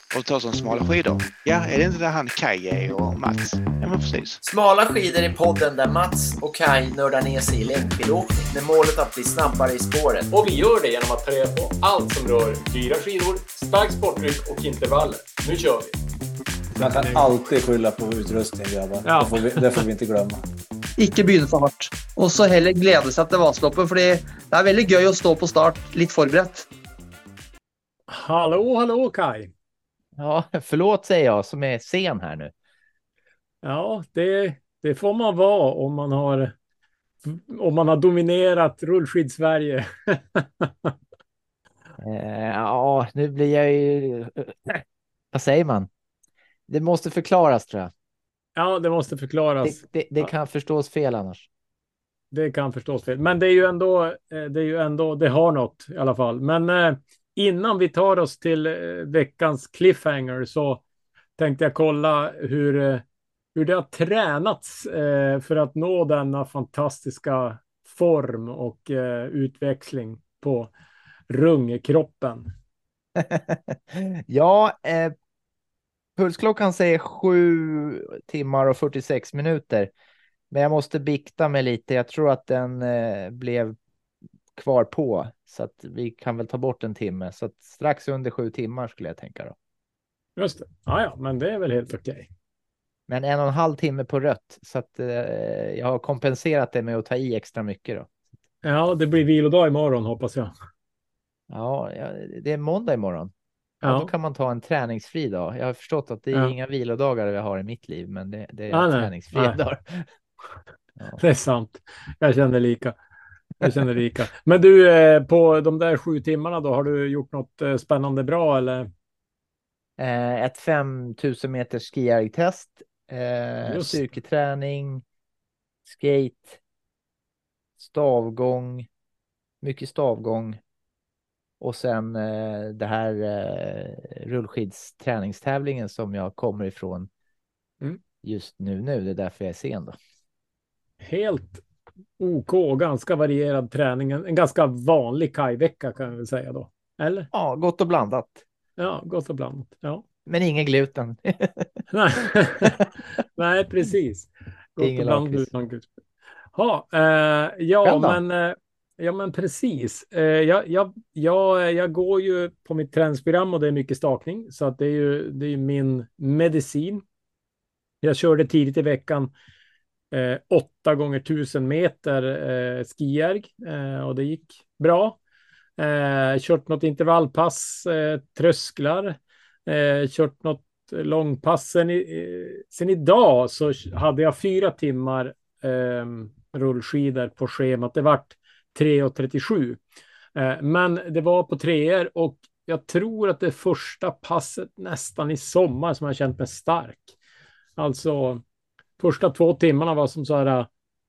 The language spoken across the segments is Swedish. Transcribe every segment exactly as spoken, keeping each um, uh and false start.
och ta som smala skidor. Ja, är det inte där han Kaj är och Mats? Ja, men precis. Smala skidor i podden där Mats och Kaj nördar ner sig i längdskidåkning med målet att bli snabbare i spåret. Och vi gör det genom att ta reda på allt som rör dyra skidor, stark sportdryck och intervaller. Nu kör vi! Man kan alltid skylla på utrustning, grabbar. Ja. Det, får vi, det får vi inte glömma. Ikke begynne for hardt. Og så heller glede seg til Vasaloppet, fordi det er veldig gøy å stå på start litt forberedt. Hallå, hallå Kaj! Ja, förlåt säger jag som är sen här nu. Ja, det, det får man vara om man har, om man har dominerat rullskid-Sverige. Eh, ja, nu blir jag ju... Vad säger man? Det måste förklaras, tror jag. Ja, det måste förklaras. Det, det, det kan förstås fel annars. Det kan förstås fel. Men det är ju ändå, eh, det är ju ändå, det har något i alla fall. Men eh, innan vi tar oss till eh, veckans cliffhanger så tänkte jag kolla hur, eh, hur det har tränats eh, för att nå denna fantastiska form och eh, utväxling på rungekroppen. Ja, eh, pulsklockan säger sju timmar och fyrtiosex minuter. Men jag måste bikta mig lite. Jag tror att den eh, blev kvar på. Så att vi kan väl ta bort en timme. Så att strax under sju timmar skulle jag tänka då. Just det. Ja, ja, men det är väl helt okej. Men en och en halv timme på rött. Så att eh, jag har kompenserat det med att ta i extra mycket då. Ja, det blir vilodag imorgon hoppas jag. Ja, ja, det är måndag imorgon. Ja, Ja. då kan man ta en träningsfri dag. Jag har förstått att det är Ja. inga vilodagar vi har i mitt liv. Men det, det är Ah, nej. träningsfria Nej. dagar. Ja. Det är sant. Jag känner lika. Jag känner lika. Men du, eh, på de där sju timmarna då, har du gjort något eh, spännande bra eller? Eh, ett femtusen meters skijärgtest, eh, Just. styrketräning, skate, stavgång, mycket stavgång och sen eh, det här eh, rullskidsträningstävlingen som jag kommer ifrån Mm. just nu nu. Det är därför jag är sen då. Helt OK, ganska varierad träning. En, en ganska vanlig kajvecka kan jag väl säga då. Eller? Ja, gott och blandat. Ja, gott och blandat. Ja. Men ingen gluten. Nej. Nej, precis. Gott Ingen och blandat lakrits. utan gluten. Ja, eh, ja Själv då? men eh, ja, men precis. Eh, jag, jag, jag, jag går ju på mitt träningsprogram och det är mycket stakning. Så att det är ju det är min medicin. Jag körde tidigt i veckan eh, åtta gånger tusen meter eh, skijärg eh, och det gick bra. Eh, kört något intervallpass, eh, trösklar, eh, kört något långpass. Sen, i, eh, sen idag så hade jag fyra timmar eh, rullskidor på schemat. Det vart tre och trettiosju. Eh, men det var på treor och jag tror att det första passet nästan i sommar som jag känt mig stark. Alltså första två timmarna var som så här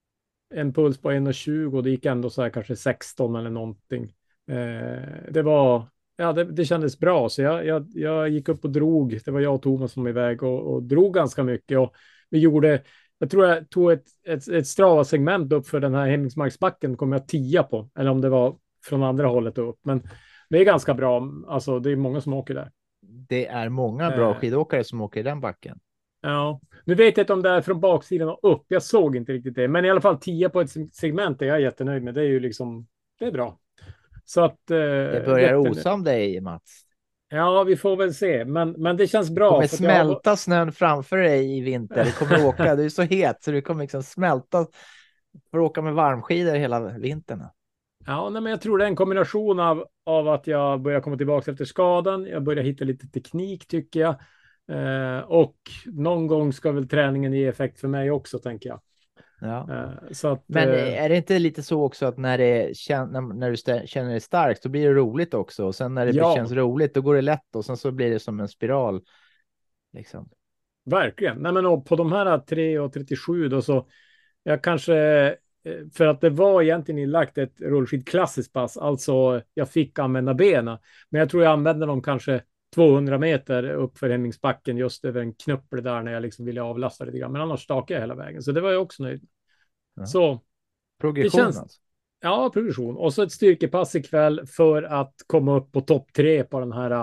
en puls på en och tjugo och det gick ändå så här kanske sexton eller någonting. Eh, det var, ja det, det kändes bra så jag, jag, jag gick upp och drog. Det var jag och Thomas som var iväg och, och drog ganska mycket och vi gjorde, jag tror jag tog ett, ett, ett Strava-segment upp för den här Hemmingsmarksbacken kom jag tia på, eller om det var från andra hållet upp, men det är ganska bra, alltså det är många som åker där. Det är många bra Eh. skidåkare som åker i den backen. Ja, nu vet jag inte om det är från baksidan och upp. Jag såg inte riktigt det. Men i alla fall tio på ett segment är jag jättenöjd med. Det är ju liksom, det är bra. Så att... Eh, Det börjar jättenöjd. osa om dig, Mats. Ja, vi får väl se. Men, men det känns Du bra. kommer för att jag- smälta snön framför dig i vinter. Du kommer åka, du är så het så du kommer liksom smälta för att åka med varmskidor hela vintern. Ja, nej, men jag tror det är en kombination av, av att jag börjar komma tillbaka efter skadan. Jag börjar hitta lite teknik tycker jag. Eh, och någon gång ska väl träningen ge effekt för mig också, tänker jag. Ja. Eh, så att, Men eh, är det inte lite så också att när, det kän- när, när du stä- känner dig stark så blir det roligt också och sen när det Ja. känns roligt då går det lätt och sen så blir det som en spiral liksom. verkligen. Nej, men och på de här tre och trettiosju då så jag kanske eh, för att det var egentligen inlagt ett rullskidklassiskt pass. Alltså jag fick använda benen. Men jag tror jag använde dem kanske tvåhundra meter upp för Hemmingsbacken just över en knuppel där när jag liksom ville avlasta lite grann. Men annars stakade jag hela vägen. Så det var jag också nöjd med. Ja. Så Progression Det känns- alltså. ja, progression. Och så ett styrkepass ikväll för att komma upp på topp tre på den här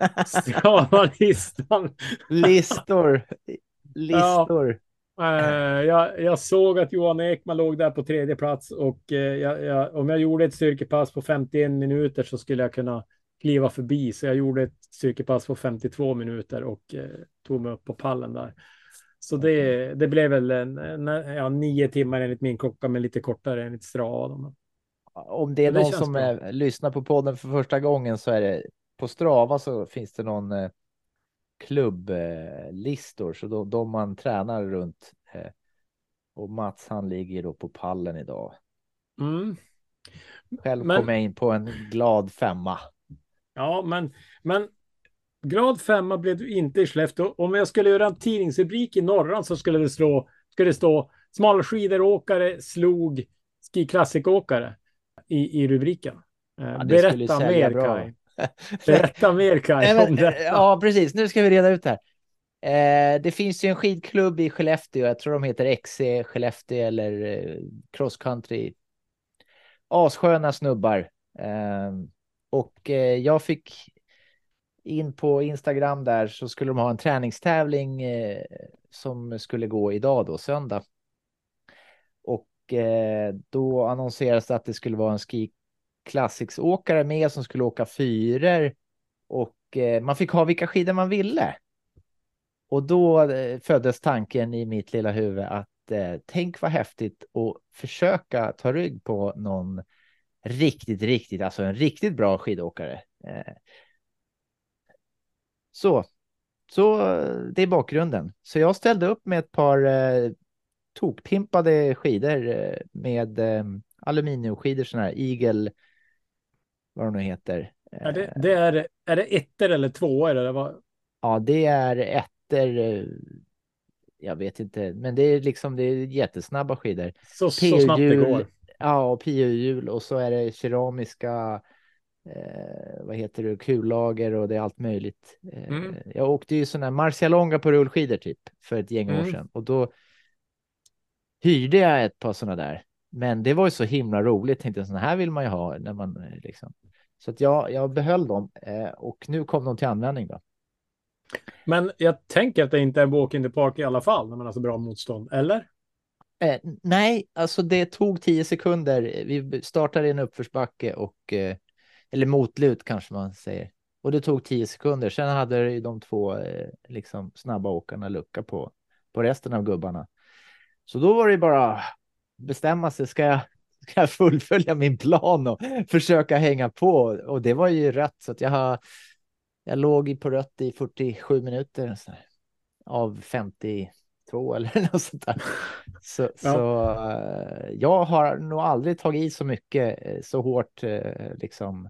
Strava-listan. Listor. Ja. Listor. Eh, jag, jag såg att Johan Ekman låg där på tredje plats och eh, jag, jag, om jag gjorde ett styrkepass på femtioen minuter så skulle jag kunna kliva förbi. Så jag gjorde ett styrkepass på femtiotvå minuter och eh, tog mig upp på pallen där. Så det, det blev väl en, en, ja, nio timmar enligt min klocka, men lite kortare enligt Strava. Om det är Men det någon känns som bra. eh, lyssnar på podden för första gången så är det på Strava så finns det någon eh, klubblistor eh, så då, de man tränar runt eh, och Mats han ligger då på pallen idag. Mm. Själv Men- kom jag in på en glad femma. Ja, men, men grad femma blev du inte i Skellefteå. Om jag skulle göra en tidningsrubrik i Norran så skulle det, slå, skulle det stå smalskideråkare slog skiklassikåkare i, i rubriken. Eh, Ja, det skulle berätta sälja mer, bra. Kaj. Berätta mer, Kaj, Nej, men, om detta. ja, precis. Nu ska vi reda ut det här. Eh, det finns ju en skidklubb i Skellefteå. Jag tror de heter X C Skellefteå eller eh, Cross Country. Assköna snubbar. Eh, och eh, jag fick in på Instagram där så skulle de ha en träningstävling eh, som skulle gå idag då, söndag. Och eh, då annonserades det att det skulle vara en ski Classics-åkare med som skulle åka fyror och eh, man fick ha vilka skidor man ville. Och då eh, föddes tanken i mitt lilla huvud att eh, tänk vad häftigt att försöka ta rygg på någon riktigt, riktigt, alltså en riktigt bra skidåkare. Eh, så, så det är bakgrunden. Så jag ställde upp med ett par eh, tokpimpade skidor eh, med eh, aluminiumskidor, sådana här Eagle, vad de nu heter. Är det, det är, är det ettor eller tvåor? Eller vad? Ja, det är ettor. eh, Jag vet inte, men det är liksom det är jättesnabba skidor. Så, så snabbt det går. Ja, och P U-hjul och så är det keramiska eh, vad heter det, kullager och det är allt möjligt. Eh, Mm. Jag åkte ju sådana här Marcialonga på rullskidor typ för ett gäng år Mm. sedan och då hyrde jag ett par sådana där. Men det var ju så himla roligt, tänkte sådana här vill man ju ha när man eh, liksom. Så att jag, jag behöll dem eh, och nu kom de till användning då. Men jag tänker att det inte är en walk in the park i alla fall när man har så bra motstånd, eller? Eh, nej, alltså det tog tio sekunder. Vi startade i en uppförsbacke och eh, eller motlut kanske man säger. Och det tog tio sekunder. Sen hade ju de två eh, liksom snabba åkarna lucka på, på resten av gubbarna. Så då var det bara bestämma sig. Ska jag, ska jag fullfölja min plan och försöka hänga på? Och det var ju rätt. Så att jag, har, jag låg på rött i fyrtiosju minuter. Så här, av femtiotvå eller något sånt där. Så, Ja. så uh, jag har nog aldrig tagit i så mycket, uh, så hårt uh, liksom.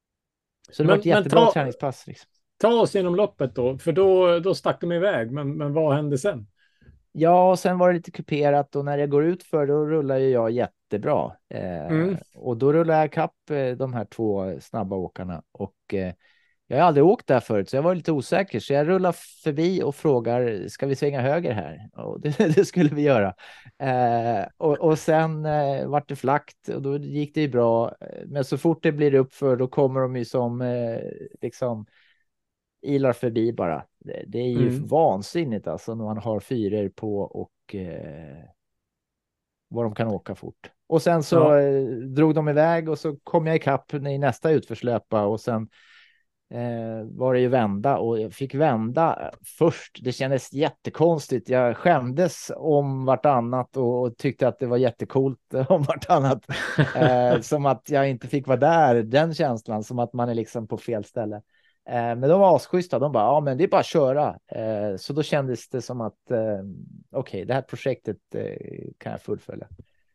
Så det Men- var ett jättebra men ta- träningspass. Liksom. Ta oss genom loppet då, för då, då stack de iväg. Men, men vad hände sen? Ja, och sen var det lite kuperat och när jag går ut för då rullar ju jag jättebra. Uh, Mm. Och då rullar jag kapp uh, de här två snabba åkarna och uh, jag har aldrig åkt där förut så jag var lite osäker så jag rullar förbi och frågar ska vi svänga höger här? Och det, det skulle vi göra. Eh, och, och sen eh, vart det flakt och då gick det ju bra. Men så fort det blir uppför då kommer de ju som eh, liksom ilar förbi bara. Det, det är ju Mm. vansinnigt alltså när man har fyror på och eh, vad de kan åka fort. Och sen så Ja. eh, drog de iväg och så kom jag ikapp i nästa utförslöpa och sen Eh, var det ju vända och jag fick vända först. Det kändes jättekonstigt. Jag skämdes om vartannat och, och tyckte att det var jättekult om vartannat. Eh, som att jag inte fick vara där. Den känslan som att man är liksom på fel ställe. Eh, men de var asschyssta. De bara, ja men det är bara att köra. Eh, så då kändes det som att eh, okej, okay, det här projektet eh, kan jag fullfölja.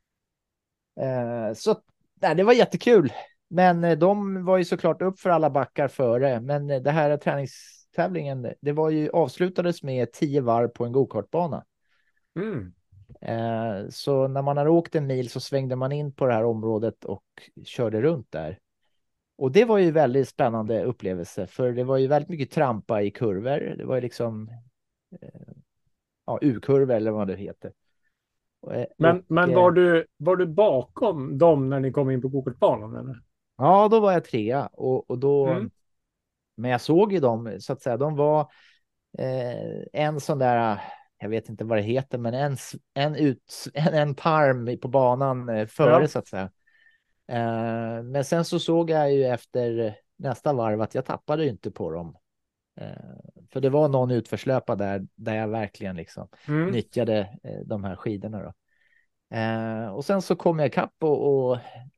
Eh, så nej, det var jättekul. Men eh, de var ju såklart upp för alla backar före. Men eh, det här träningstävlingen, det var ju avslutades med tio varv på en gokartbana. Mm. Eh, så när man har åkt en mil så svängde man in på det här området och körde runt där. Och det var ju väldigt spännande upplevelse. För det var ju väldigt mycket trampa i kurvor. Det var ju liksom eh, ja, U-kurvor eller vad det heter. Eh, Men, och, men eh, var, du, var du bakom dem när ni kom in på gokartbanan? Eller? Ja, då var jag trea och, och då Mm. Men jag såg ju dem, så att säga, de var eh, en sån där, jag vet inte vad det heter, men en, en, ut, en, en parm på banan eh, före, Ja. så att säga. Eh, men sen så såg jag ju efter nästa varv att jag tappade ju inte på dem. Eh, för det var någon utförslöpa där, där jag verkligen liksom Mm. nyttjade eh, de här skidorna då. Eh, och sen så kom jag ikapp och, och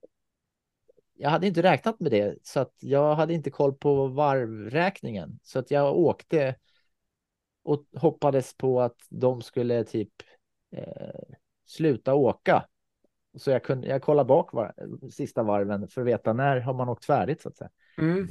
jag hade inte räknat med det, så att jag hade inte koll på varvräkningen, så att jag åkte och hoppades på att de skulle typ eh, sluta åka. Så jag kunde jag kollade bak var, sista varven för att veta när har man åkt färdigt, så att säga. Mm.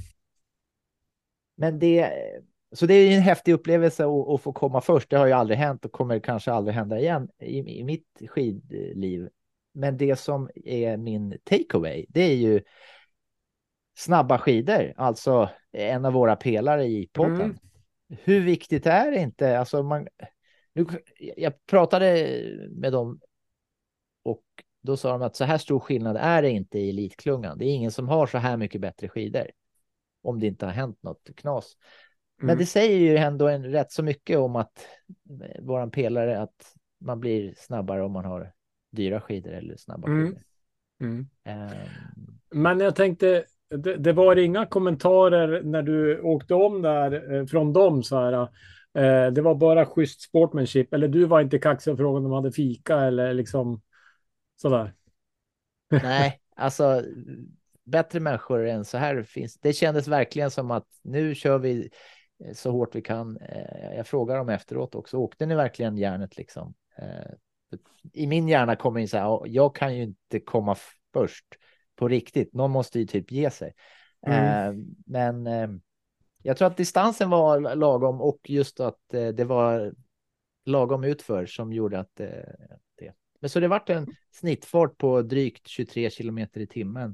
Men det, så det är ju en häftig upplevelse att, att få komma först. Det har ju aldrig hänt och kommer kanske aldrig hända igen i, i mitt skidliv. Men det som är min takeaway, det är ju snabba skidor, alltså en av våra pelare i podden. Mm. Hur viktigt är det inte? Alltså man, nu, jag pratade med dem och då sa de att så här stor skillnad är det inte i elitklungan. Det är ingen som har så här mycket bättre skidor om det inte har hänt något knas. Men Mm. det säger ju ändå en, rätt så mycket om att våran pelare, att man blir snabbare om man har dyra skidor eller snabba Mm. skidor. Mm. Um, Men jag tänkte, det, det var inga kommentarer när du åkte om där eh, från dem så här. Eh, det var bara schysst sportmanship, eller du var inte kaxig och frågade om de hade fika eller liksom sådär. nej, alltså bättre människor än så här finns. Det kändes verkligen som att nu kör vi så hårt vi kan. Eh, jag frågar dem efteråt också, åkte ni verkligen järnet liksom? Eh, I min hjärna kommer in så här, jag kan ju inte komma först på riktigt. Någon måste ju typ ge sig. Mm. Eh, men eh, jag tror att distansen var lagom och just att eh, det var lagom utför som gjorde att eh, det. Men så det vart en snittfart på drygt tjugotre kilometer i timmen.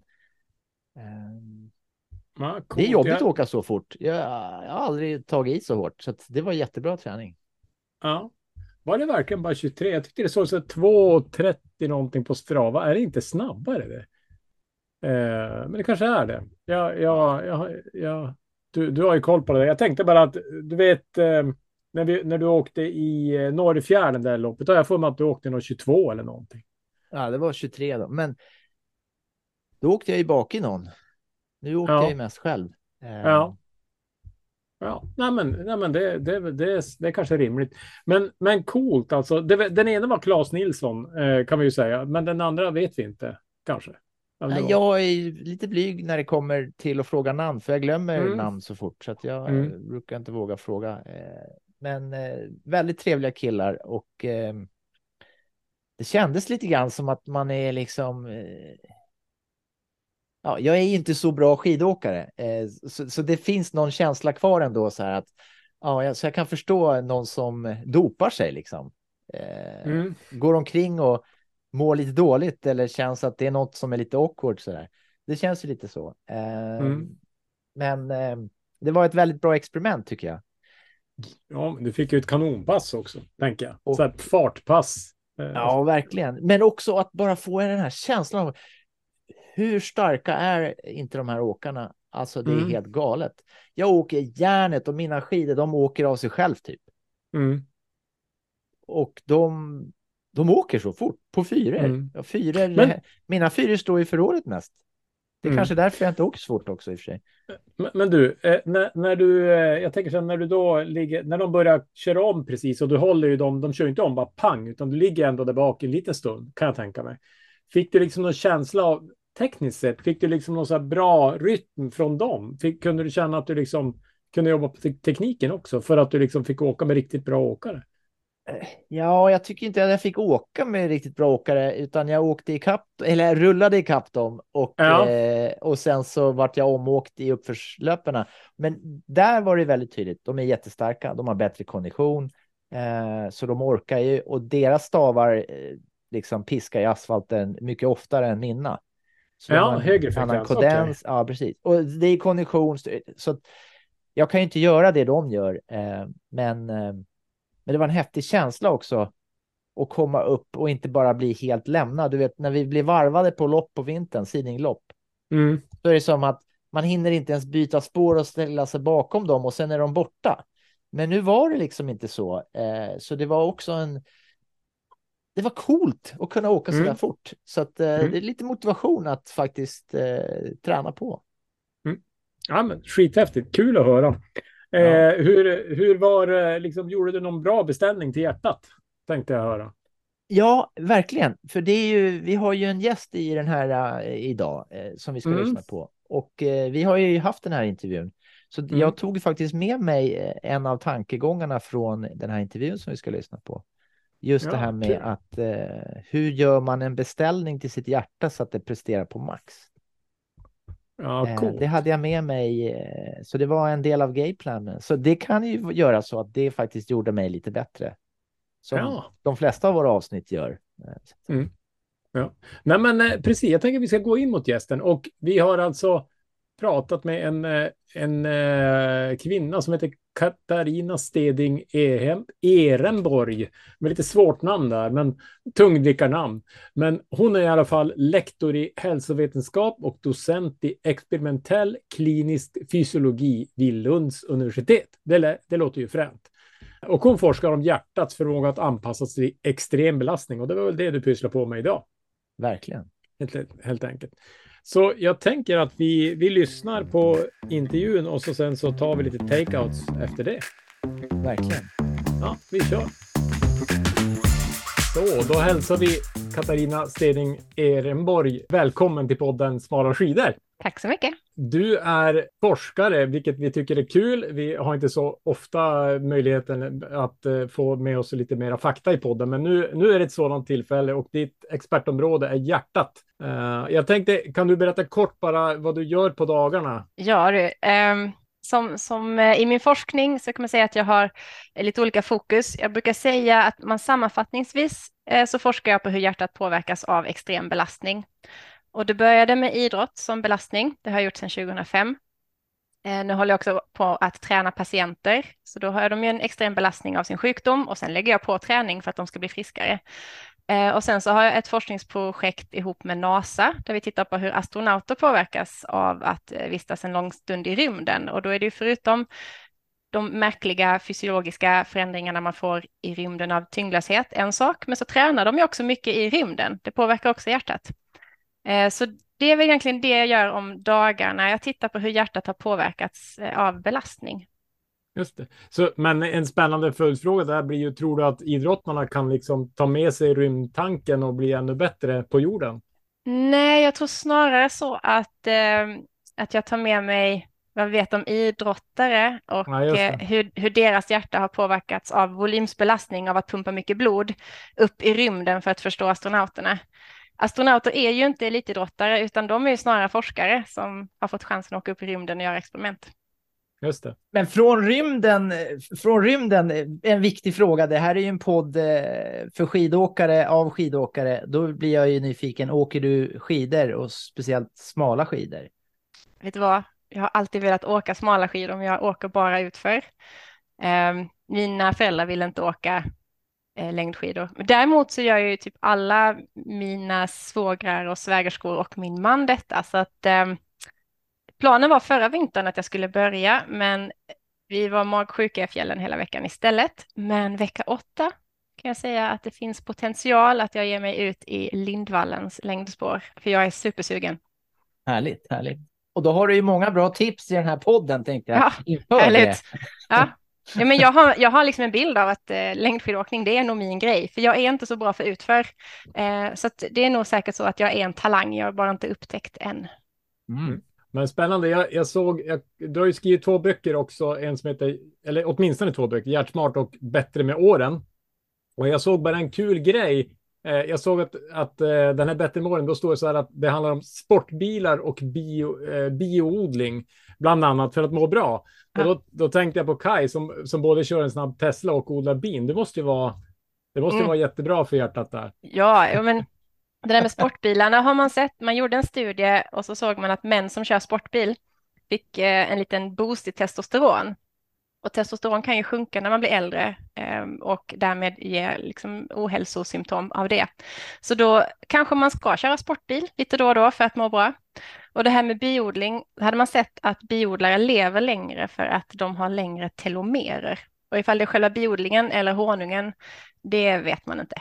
Eh, Ja, det är coolt. jobbigt Jag- att åka så fort. Jag, jag har aldrig tagit i så hårt, så att det var jättebra träning. Ja. Var det verkligen bara tjugotre? Jag tyckte det såg så två trettio någonting på Strava. Är det inte snabbare det? Eh, men det kanske är det. Ja, ja, ja, ja. Du, du har ju koll på det. Jag tänkte bara att du vet eh, när, vi, när du åkte i eh, Norrfjärden där loppet. Då har jag för mig att du åkte någon tjugotvå eller någonting. Ja, det var tjugotre då. Men då åkte jag ju bak i någon. Nu åkte Ja. jag ju mest själv. Eh, Ja. Ja, nej men, nej men det, det, det, det är kanske rimligt. Men, men coolt alltså. Det, den ena var Claes Nilsson eh, kan vi ju säga. Men den andra vet vi inte kanske. Vem det Nej, var. jag är ju lite blyg när det kommer till att fråga namn, för jag glömmer Mm. namn så fort, så att jag Mm. eh, brukar inte våga fråga. Eh, men eh, väldigt trevliga killar och eh, det kändes lite grann som att man är liksom... Eh, ja, jag är ju inte så bra skidåkare, eh, så, så det finns någon känsla kvar ändå så här att ja, jag, så jag kan förstå någon som dopar sig liksom. Eh, Mm. går omkring och mår lite dåligt eller känns att det är något som är lite awkward så där. Det känns ju lite så. Eh, Mm. Men eh, det var ett väldigt bra experiment tycker jag. Ja, men du fick ju ett kanonpass också, tänker jag. Och- Så här, fartpass. Eh, Ja, verkligen. Men också att bara få den här känslan av hur starka är inte de här åkarna? Alltså det är Mm. helt galet. Jag åker järnet och mina skidor, de åker av sig själv typ. Mm. Och de, de åker så fort på fyror. Mm. Ja, fyror Men- mina fyror står i förrådet mest. Det är Mm. kanske därför jag inte åker så fort också i och för sig. Men, men du, eh, när, när du, eh, jag tänker så här, när du då ligger, när de börjar köra om precis och du håller ju dem, de kör ju inte om bara pang, utan du ligger ändå där bak en liten stund, kan jag tänka mig. Fick du liksom någon känsla av, tekniskt sett, fick du liksom någon så här bra rytm från dem? Fick, kunde du känna att du liksom kunde jobba på te- tekniken också för att du liksom fick åka med riktigt bra åkare? Ja, jag tycker inte att jag fick åka med riktigt bra åkare, utan jag åkte i kapp, eller jag rullade i kapp dem och, Ja. eh, och sen så vart jag omåkt i uppförslöperna. Men där var det väldigt tydligt, de är jättestarka, de har bättre kondition, eh, så de orkar ju, och deras stavar eh, liksom piskar i asfalten mycket oftare än mina. Så Ja, de har en högre annan frekvens, kodens, ja precis. Och det är kondition, så att jag kan ju inte göra det de gör, eh, men eh, Men det var en häftig känsla också att komma upp och inte bara bli helt lämnad. Du vet, när vi blir varvade på lopp på vintern, sidinglopp, Mm. så är det som att man hinner inte ens byta spår och ställa sig bakom dem och sen är de borta. Men nu var det liksom inte så. Eh, så det var också en... Det var coolt att kunna åka så Mm. där fort. Så att, eh, Mm. det är lite motivation att faktiskt eh, träna på. Ja, men skithäftigt. Kul att höra. Ja. Eh, hur, hur var det, liksom, gjorde du någon bra beställning till hjärtat? Tänkte jag höra. Ja, verkligen. För det är ju, vi har ju en gäst i den här uh, idag uh, som vi ska Mm. lyssna på. Och uh, vi har ju haft den här intervjun. Så Mm. jag tog faktiskt med mig uh, en av tankegångarna från den här intervjun som vi ska lyssna på. Just Ja, det här med kul. att uh, hur gör man en beställning till sitt hjärta så att det presterar på max? Ja, Uh, coolt. det hade jag med mig. Uh, så det var en del av gameplanen. Så det kan ju göra så att det faktiskt gjorde mig lite bättre. Som Ja. de flesta av våra avsnitt gör. Mm. Ja. Nej, men eh, precis, jag tänker att vi ska gå in mot gästen och vi har alltså pratat med en, eh, en eh, kvinna som heter Katarina Steding Ehem, Ehrenborg, med lite svårt namn där, men tungdrickarnamn. Men hon är i alla fall lektor i hälsovetenskap och docent i experimentell klinisk fysiologi vid Lunds universitet. Det, lä- det låter ju fränt. Och hon forskar om hjärtats förmåga att anpassa sig till extrem belastning. Och det var väl det du pysslar på med idag. Verkligen. Helt, helt enkelt. Så jag tänker att vi, vi lyssnar på intervjun och så sen så tar vi lite takeouts efter det. Verkligen. Ja, vi kör. Så, då hälsar vi Katarina Steding Ehrenborg välkommen till podden Smala skidor. Tack så mycket. Du är forskare, vilket vi tycker är kul. Vi har inte så ofta möjligheten att uh, få med oss lite mera fakta i podden, men nu, nu är det ett sådant tillfälle och ditt expertområde är hjärtat. Uh, jag tänkte, kan du berätta kort bara vad du gör på dagarna? Ja, du, ehm, som, som eh, i min forskning så kan man säga att jag har eh, lite olika fokus. Jag brukar säga att man sammanfattningsvis eh, så forskar jag på hur hjärtat påverkas av extrem belastning. Och det började med idrott som belastning. Det har jag gjort sedan tjugohundrafem. Eh, nu håller jag också på att träna patienter. Så då har de ju en extrem belastning av sin sjukdom och sen lägger jag på träning för att de ska bli friskare. Eh, och sen så har jag ett forskningsprojekt ihop med NASA där vi tittar på hur astronauter påverkas av att eh, vistas en lång stund i rymden. Och då är det ju förutom de märkliga fysiologiska förändringarna man får i rymden av tyngdlöshet en sak, men så tränar de ju också mycket i rymden. Det påverkar också hjärtat. Så det är väl egentligen det jag gör om dagarna. Jag tittar på hur hjärtat har påverkats av belastning. Just det. Så, men en spännande följdfråga där blir ju, tror du att idrottarna kan liksom ta med sig rymdtanken och bli ännu bättre på jorden? Nej, jag tror snarare så att, eh, att jag tar med mig vad vi vet om idrottare och Ja, just det. eh, hur, hur deras hjärta har påverkats av volymsbelastning av att pumpa mycket blod upp i rymden för att förstå astronauterna. Astronauter är ju inte elitidrottare utan de är ju snarare forskare som har fått chansen att åka upp i rymden och göra experiment. Just det. Men från rymden, från rymden, en viktig fråga. Det här är ju en podd för skidåkare, av skidåkare. Då blir jag ju nyfiken. Åker du skidor och speciellt smala skidor? Vet du vad? Jag har alltid velat åka smala skidor men jag åker bara utför. Um, mina föräldrar vill inte åka eh, längdskidor. Däremot så gör ju typ alla mina svågrar och svägerskor och min man detta. Så att um, planen var förra vintern att jag skulle börja, men vi var magsjuka i fjällen hela veckan istället. Men vecka åtta kan jag säga att det finns potential att jag ger mig ut i Lindvallens längdspår, för jag är supersugen. Härligt, härligt. Och då har du ju många bra tips i den här podden, tänkte jag. Ja, inför härligt. det. Ja. Ja, men jag har, jag har liksom en bild av att eh, längdskidåkning, det är nog min grej, för jag är inte så bra för utför. Eh, så att det är nog säkert så att jag är en talang, jag har bara inte upptäckt än. Mm. Men spännande, jag, jag såg, jag, du har ju skrivit två böcker också, en som heter, eller åtminstone två böcker, Hjärtsmart och Bättre med åren. Och jag såg bara en kul grej. Eh, jag såg att, att eh, den här Bättre med åren, då står det så här att det handlar om sportbilar och bio, eh, bioodling, bland annat för att må bra. Ja. Och då, då tänkte jag på Kai som, som både kör en snabb Tesla och odlar bin. Det måste ju vara, det måste ju Mm. vara jättebra för hjärtat där. Ja, ja, men det där med sportbilarna har man sett. Man gjorde en studie och så såg man att män som kör sportbil fick eh, en liten boost i testosteron. Och testosteron kan ju sjunka när man blir äldre eh, och därmed ge liksom ohälsosymptom av det. Så då kanske man ska köra sportbil lite då och då för att må bra. Och det här med biodling, hade man sett att biodlare lever längre för att de har längre telomerer. Och ifall det är själva biodlingen eller honungen, det vet man inte.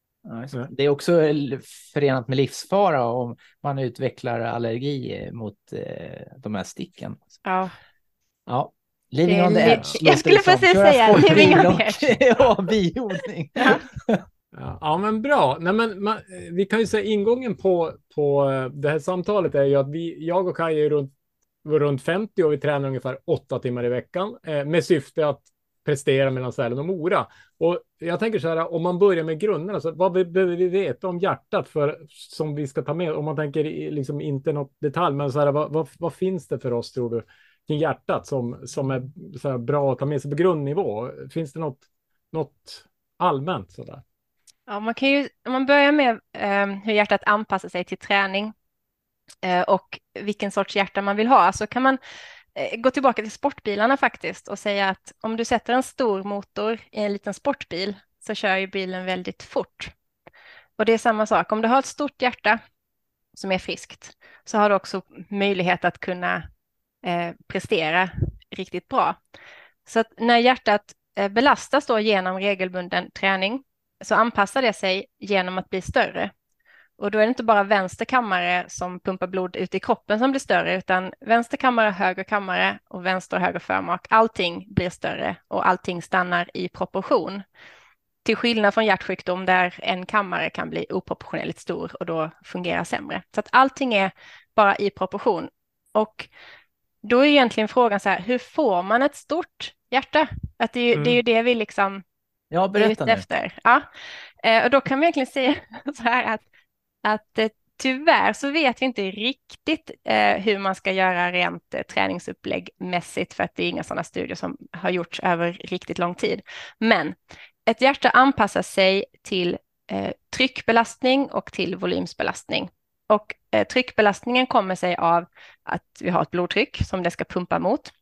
Ja, det är också förenat med livsfara om man utvecklar allergi mot eh, de här sticken. Ja. Ja. Living on the li- edge. jag skulle precis säga living on the edge. Ja, biodling. Ja. Ja, ja, men bra. Nej, men man, vi kan ju säga ingången på, på det här samtalet är ju att vi, jag och Kaj är runt, runt femtio och vi tränar ungefär åtta timmar i veckan eh, med syfte att prestera mellan Sälen och Mora. Och jag tänker så här, om man börjar med grunderna, så vad behöver vi veta om hjärtat för, som vi ska ta med? Om man tänker liksom inte något detalj, men så här, vad, vad, vad finns det för oss, tror du, kring hjärtat som, som är så här bra att ta med sig på grundnivå? Finns det något, något allmänt sådär? Ja, man kan ju, om man börjar med eh, hur hjärtat anpassar sig till träning eh, och vilken sorts hjärta man vill ha, så kan man eh, gå tillbaka till sportbilarna faktiskt och säga att om du sätter en stor motor i en liten sportbil så kör ju bilen väldigt fort. Och det är samma sak, om du har ett stort hjärta som är friskt så har du också möjlighet att kunna eh, prestera riktigt bra. Så att när hjärtat eh, belastas då genom regelbunden träning så anpassar det sig genom att bli större. Och då är det inte bara vänster kammare som pumpar blod ut i kroppen som blir större, utan vänster kammare, höger kammare och vänster och höger förmak. Allting blir större och allting stannar i proportion. Till skillnad från hjärtsjukdom där en kammare kan bli oproportionellt stor och då fungerar sämre. Så att allting är bara i proportion. Och då är egentligen frågan så här, hur får man ett stort hjärta? Att det, är, mm. det är ju det vi liksom... Ja, berätta nu. Efter. Ja. Eh, och då kan man egentligen säga så här att, att eh, tyvärr så vet vi inte riktigt eh, hur man ska göra rent eh, träningsuppläggmässigt, för att det är inga sådana studier som har gjorts över riktigt lång tid. Men ett hjärta anpassar sig till eh, tryckbelastning och till volymsbelastning. Och eh, tryckbelastningen kommer sig av att vi har ett blodtryck som det ska pumpa mot.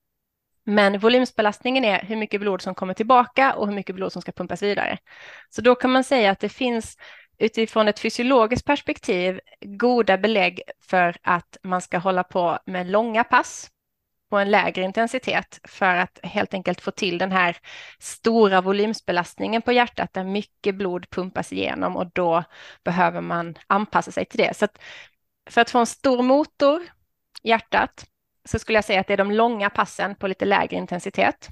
Men volymsbelastningen är hur mycket blod som kommer tillbaka och hur mycket blod som ska pumpas vidare. Så då kan man säga att det finns utifrån ett fysiologiskt perspektiv goda belägg för att man ska hålla på med långa pass på en lägre intensitet för att helt enkelt få till den här stora volymsbelastningen på hjärtat där mycket blod pumpas igenom, och då behöver man anpassa sig till det. Så att för att få en stor motor i hjärtat så skulle jag säga att det är de långa passen på lite lägre intensitet.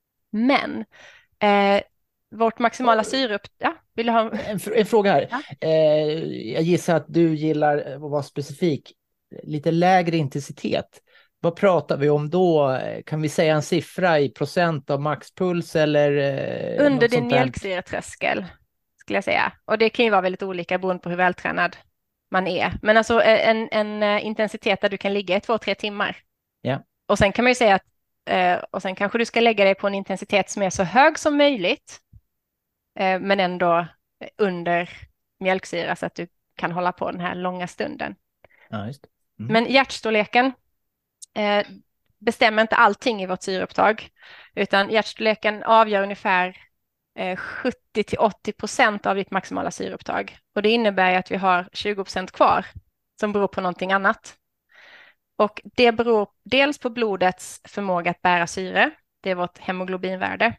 Men eh, vårt maximala syreupp... Ja, vill du ha... En, en fråga här. Ja. Eh, jag gissar att du gillar att vara specifik. Lite lägre intensitet. Vad pratar vi om då? Kan vi säga en siffra i procent av maxpuls eller... Eh, Under din mjölksyretröskel skulle jag säga. Och det kan ju vara väldigt olika beroende på hur vältränad man är. Men alltså en, en intensitet där du kan ligga i två, tre timmar. Ja. Och sen kan man ju säga att eh, och sen kanske du ska lägga dig på en intensitet som är så hög som möjligt eh, men ändå under mjölksyra så att du kan hålla på den här långa stunden. Ja, just det. Mm. Men hjärtstorleken eh, bestämmer inte allting i vårt syreupptag, utan hjärtstorleken avgör ungefär eh, sjuttio till åttio procent av ditt maximala syreupptag. Och det innebär att vi har tjugo procent kvar som beror på någonting annat. Och det beror dels på blodets förmåga att bära syre. Det är vårt hemoglobinvärde.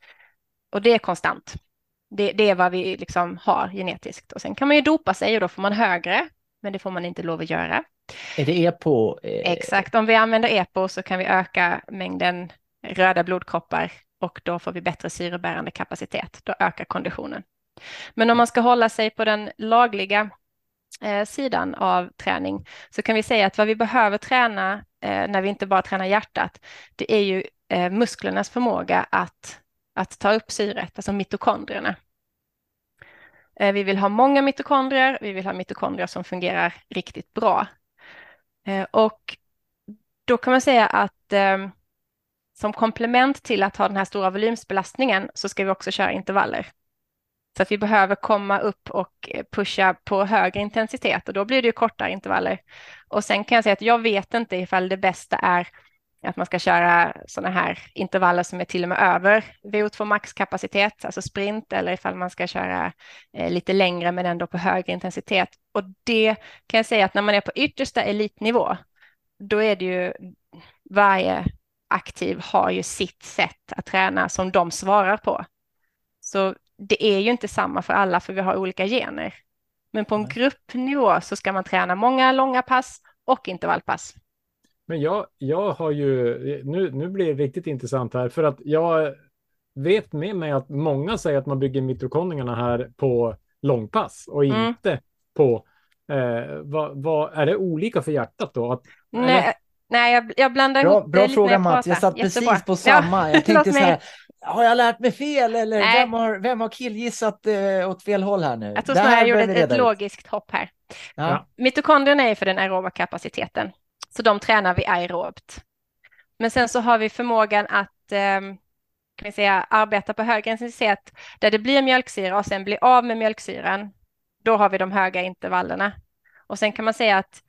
Och det är konstant. Det, det är vad vi liksom har genetiskt. Och sen kan man ju dopa sig och då får man högre. Men det får man inte lov att göra. Är det EPO? Eh... Exakt. Om vi använder EPO så kan vi öka mängden röda blodkroppar. Och då får vi bättre syrebärande kapacitet. Då ökar konditionen. Men om man ska hålla sig på den lagliga Eh, sidan av träning så kan vi säga att vad vi behöver träna eh, när vi inte bara tränar hjärtat, det är ju eh, musklernas förmåga att, att ta upp syret, alltså mitokondrierna. Eh, vi vill ha många mitokondrier, vi vill ha mitokondrier som fungerar riktigt bra. Eh, och då kan man säga att eh, som komplement till att ha den här stora volymsbelastningen så ska vi också köra intervaller. Så att vi behöver komma upp och pusha på högre intensitet och då blir det ju kortare intervaller. Och sen kan jag säga att jag vet inte ifall det bästa är att man ska köra sådana här intervaller som är till och med över V O två max-kapacitet, alltså sprint, eller ifall man ska köra eh, lite längre men ändå på högre intensitet. Och det kan jag säga att när man är på yttersta elitnivå, då är det ju varje aktiv har ju sitt sätt att träna som de svarar på. Så det är ju inte samma för alla, för vi har olika gener. Men på en gruppnivå så ska man träna många långa pass och intervallpass. Men jag, jag har ju, nu, nu blir det riktigt intressant här, för att jag vet med mig att många säger att man bygger mitokondrierna här på långpass och Mm. inte på, eh, vad, vad, är det olika för hjärtat då? Att, Nej, nej jag, jag blandar Bra, ihop bra det lite fråga när Mats, jag pratar. satt precis Jättebra. på samma. Ja, Jag låt tänkte så mig- här, har jag lärt mig fel eller Nej. vem har, vem har killgissat eh, åt fel håll här nu? Jag tror Det snarare här jag gjorde behöver ett, vi ett reda ut. logiskt hopp här. Ja. Mitokondrierna är för den aeroba kapaciteten. Så de tränar vi aerobt. Men sen så har vi förmågan att eh, kan vi säga, arbeta på högre intensitet där det blir mjölksyra och sen blir av med mjölksyran. Då har vi de höga intervallerna. Och sen kan man säga att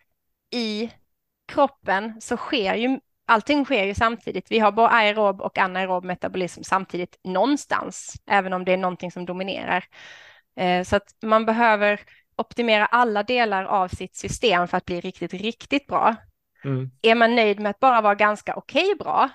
i kroppen så sker ju allting sker ju samtidigt. Vi har både aerob och anaerob metabolism samtidigt någonstans, även om det är någonting som dominerar. Eh, så att man behöver optimera alla delar av sitt system för att bli riktigt, riktigt bra. mm. Är man nöjd med att bara vara ganska okej bra,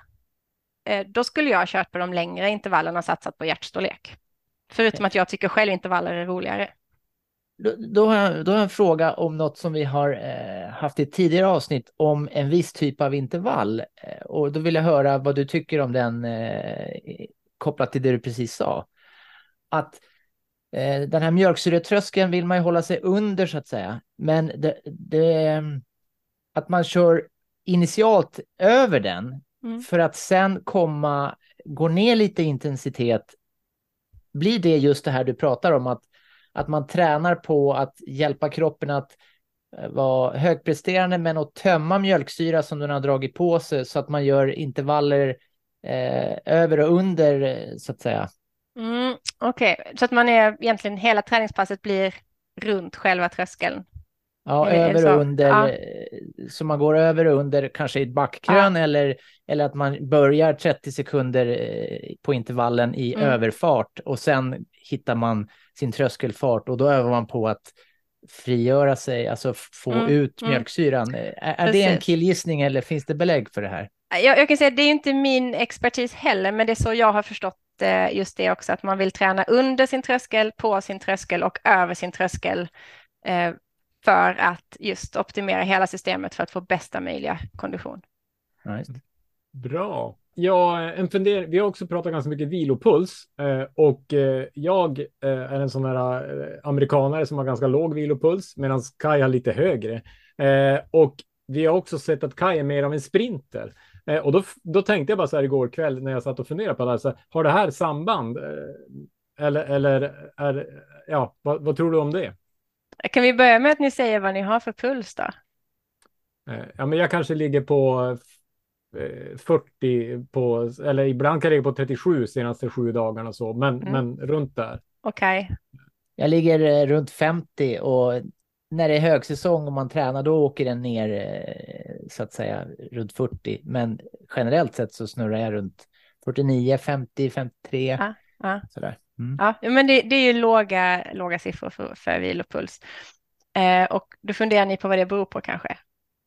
eh, då skulle jag ha kört på de längre intervallerna och satsat på hjärtstorlek. Förutom att jag tycker själv intervaller är roligare. Då, då, har jag, då har jag en fråga om något som vi har eh, haft i ett tidigare avsnitt om en viss typ av intervall. Eh, och då vill jag höra vad du tycker om den eh, kopplat till det du precis sa. Att eh, den här mjölksyretröskeln vill man ju hålla sig under så att säga. Men det, det, att man kör initialt över den Mm. för att sen komma, gå ner lite i intensitet. Blir det just det här du pratar om, att Att man tränar på att hjälpa kroppen att vara högpresterande men att tömma mjölksyra som den har dragit på sig så att man gör intervaller eh, över och under så att säga. Mm, Okej, okay. Så att man är egentligen hela träningspasset blir runt själva tröskeln. Ja, Är det över så? och under. Ja. eh, Så man går över och under kanske i ett backkrön eller, eller att man börjar trettio sekunder eh, på intervallen i Mm. överfart och sen hittar man sin tröskelfart och då övar man på att frigöra sig, alltså f- få Mm, ut mm. mjölksyran. Är, är det en Precis. killgissning eller finns det belägg för det här? Jag, jag kan säga att det är inte min expertis heller, men det är så jag har förstått eh, just det också, att man vill träna under sin tröskel, på sin tröskel och över sin tröskel eh, för att just optimera hela systemet för att få bästa möjliga kondition. Ja, just det. Bra. Ja, en funder- vi har också pratat ganska mycket vilopuls eh, och eh, jag eh, är en sån här eh, amerikanare som har ganska låg vilopuls medan Kai har lite högre. Eh, och vi har också sett att Kai är mer av en sprinter. Eh, och då, då tänkte jag bara så här igår kväll när jag satt och funderade på det här, så här, har det här samband? Eh, eller eller är, ja, vad, vad tror du om det? Kan vi börja med att ni säger vad ni har för puls då? Eh, ja, men jag kanske ligger på eh, fyrtio på, eller ibland kan jag ligga på trettiosju senaste sju dagarna så, men, Mm. men runt där. Okej. Jag ligger eh, runt femtio och när det är högsäsong och man tränar då åker den ner eh, så att säga runt fyrtio. Men generellt sett så snurrar jag runt fyrtionio, femtio, femtiotre. Ja, ja. Sådär. Mm. Ja, men det, det är ju låga, låga siffror för, för vilopuls. Eh, och då funderar ni på vad det beror på kanske?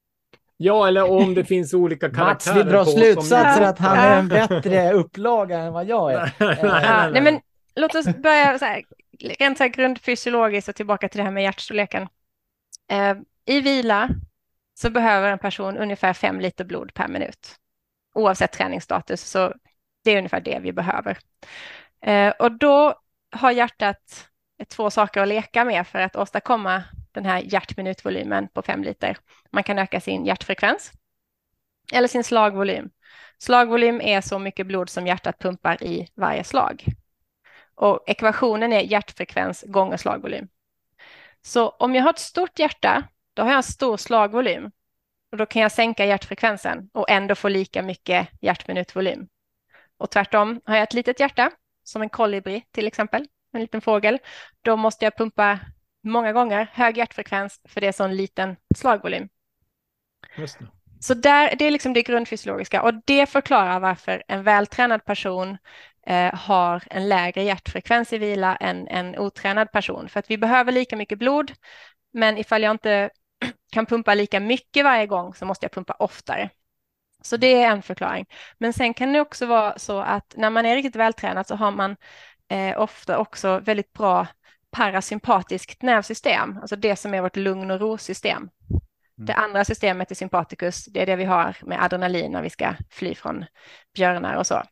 Ja, eller om det finns olika karaktärer. Mats vill dra på som- slutsatser Ja. att han är en bättre upplaga än vad jag är. Nej, nej, Ja, nej, nej, men låt oss börja så här, rent så här grundfysiologiskt och tillbaka till det här med hjärtstorleken. Eh, I vila så behöver en person ungefär fem liter blod per minut. Oavsett träningsstatus, så det är ungefär det vi behöver. Eh, och då har hjärtat två saker att leka med för att åstadkomma den här hjärtminutvolymen på fem liter. Man kan öka sin hjärtfrekvens eller sin slagvolym. Slagvolym är så mycket blod som hjärtat pumpar i varje slag. Och ekvationen är hjärtfrekvens gånger slagvolym. Så om jag har ett stort hjärta, då har jag en stor slagvolym. Och då kan jag sänka hjärtfrekvensen och ändå få lika mycket hjärtminutvolym. Och tvärtom, har jag ett litet hjärta, som en kolibri till exempel, en liten fågel, då måste jag pumpa många gånger hög hjärtfrekvens för det är så en liten slagvolym. Just det. Så där, det är liksom det grundfysiologiska och det förklarar varför en vältränad person eh, har en lägre hjärtfrekvens i vila än en otränad person. För att vi behöver lika mycket blod, men ifall jag inte kan pumpa lika mycket varje gång så måste jag pumpa oftare. Så det är en förklaring. Men sen kan det också vara så att när man är riktigt vältränad så har man eh, ofta också väldigt bra parasympatiskt nervsystem, alltså det som är vårt lugn- och ro-system. Mm. Det andra systemet är sympaticus, det är det vi har med adrenalin när vi ska fly från björnar och så.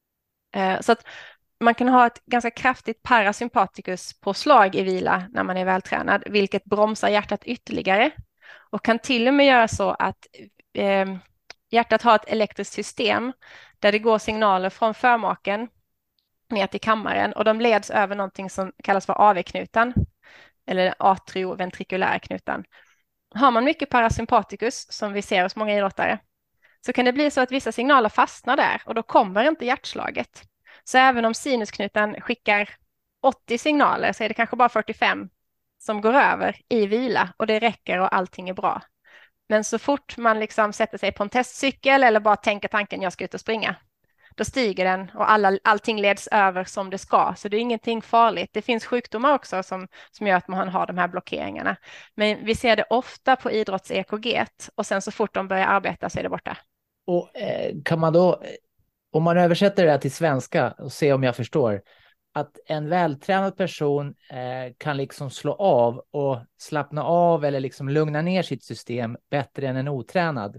Eh, så att man kan ha ett ganska kraftigt parasympaticuspåslag i vila när man är vältränad, vilket bromsar hjärtat ytterligare och kan till och med göra så att eh, hjärtat har ett elektriskt system där det går signaler från förmaken ner till kammaren och de leds över någonting som kallas för A V-knutan eller atrioventrikulär knutan. Har man mycket parasympaticus som vi ser hos många idrottare så kan det bli så att vissa signaler fastnar där och då kommer inte hjärtslaget. Så även om sinusknutan skickar åttio signaler så är det kanske bara fyrtiofem som går över i vila och det räcker och allting är bra. Men så fort man liksom sätter sig på en testcykel eller bara tänker tanken jag ska ut och springa, då stiger den och alla, allting leds över som det ska. Så det är ingenting farligt. Det finns sjukdomar också som, som gör att man har de här blockeringarna. Men vi ser det ofta på idrotts-E K G och sen så fort de börjar arbeta så är det borta. Och eh, kan man då, om man översätter det här till svenska och se om jag förstår, att en vältränad person eh, kan liksom slå av och slappna av eller liksom lugna ner sitt system bättre än en otränad.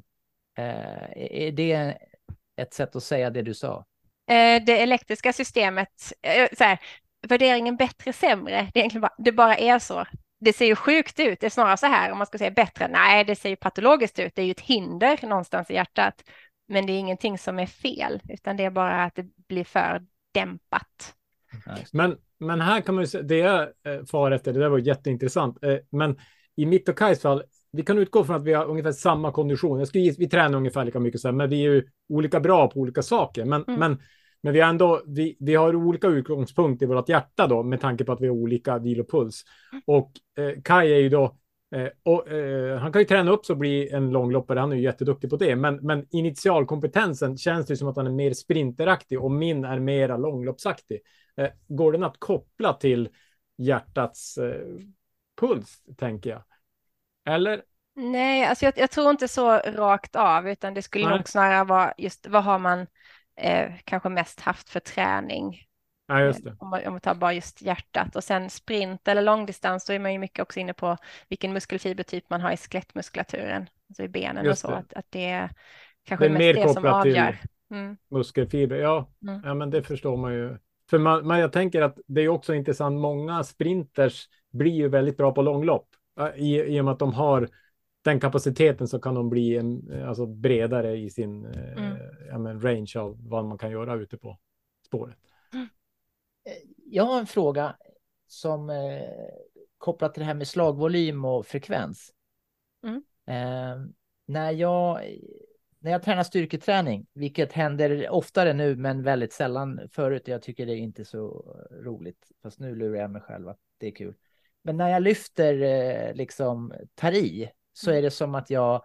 Eh, är det ett sätt att säga det du sa? Eh, det elektriska systemet, eh, så här, värderingen bättre sämre, det, är egentligen bara, det bara är så. Det ser ju sjukt ut, det är snarare så här om man ska säga bättre, nej det ser ju patologiskt ut, det är ju ett hinder någonstans i hjärtat. Men det är ingenting som är fel, utan det är bara att det blir för dämpat. Men, men här kan man ju säga, det jag far efter, det där var jätteintressant. Men i mitt och Kajs fall, vi kan utgå från att vi har ungefär samma kondition. Jag skulle, vi tränar ungefär lika mycket, så här, men vi är ju olika bra på olika saker. Men, mm. men, men vi, har ändå, vi, vi har olika utgångspunkt i vårt hjärta då, med tanke på att vi har olika vilopuls. Och eh, Kaj är ju då, eh, och, eh, han kan ju träna upp så bli en långloppare, han är ju jätteduktig på det. Men, men initialkompetensen känns det som att han är mer sprinteraktig och min är mera långloppsaktig. Eh, går den att koppla till hjärtats eh, puls, tänker jag? Eller? Nej, alltså jag, jag tror inte så rakt av, utan det skulle Nej. nog snarare vara just vad har man eh, kanske mest haft för träning. Ja, just det. Eh, om, man, om man tar bara just hjärtat och sen sprint eller långdistans, då är man ju mycket också inne på vilken muskelfibertyp man har i skelettmuskulaturen, alltså i benen just och så, det. Att, att det är kanske det är mest det som avgör. Mm. Muskelfiber, ja. Mm. Ja, men det förstår man ju. För man, man, jag tänker att det är också intressant, många sprinters blir ju väldigt bra på långlopp. I, i och med att de har den kapaciteten så kan de bli en, alltså bredare i sin mm. eh, ja, men range av vad man kan göra ute på spåret. Mm. Jag har en fråga som eh, kopplat till det här med slagvolym och frekvens. Mm. Eh, när jag när jag tränar styrketräning, vilket händer oftare nu men väldigt sällan förut, jag tycker det är inte så roligt, fast nu lurar jag mig själv att det är kul. Men när jag lyfter eh, liksom tar i, så är det som att jag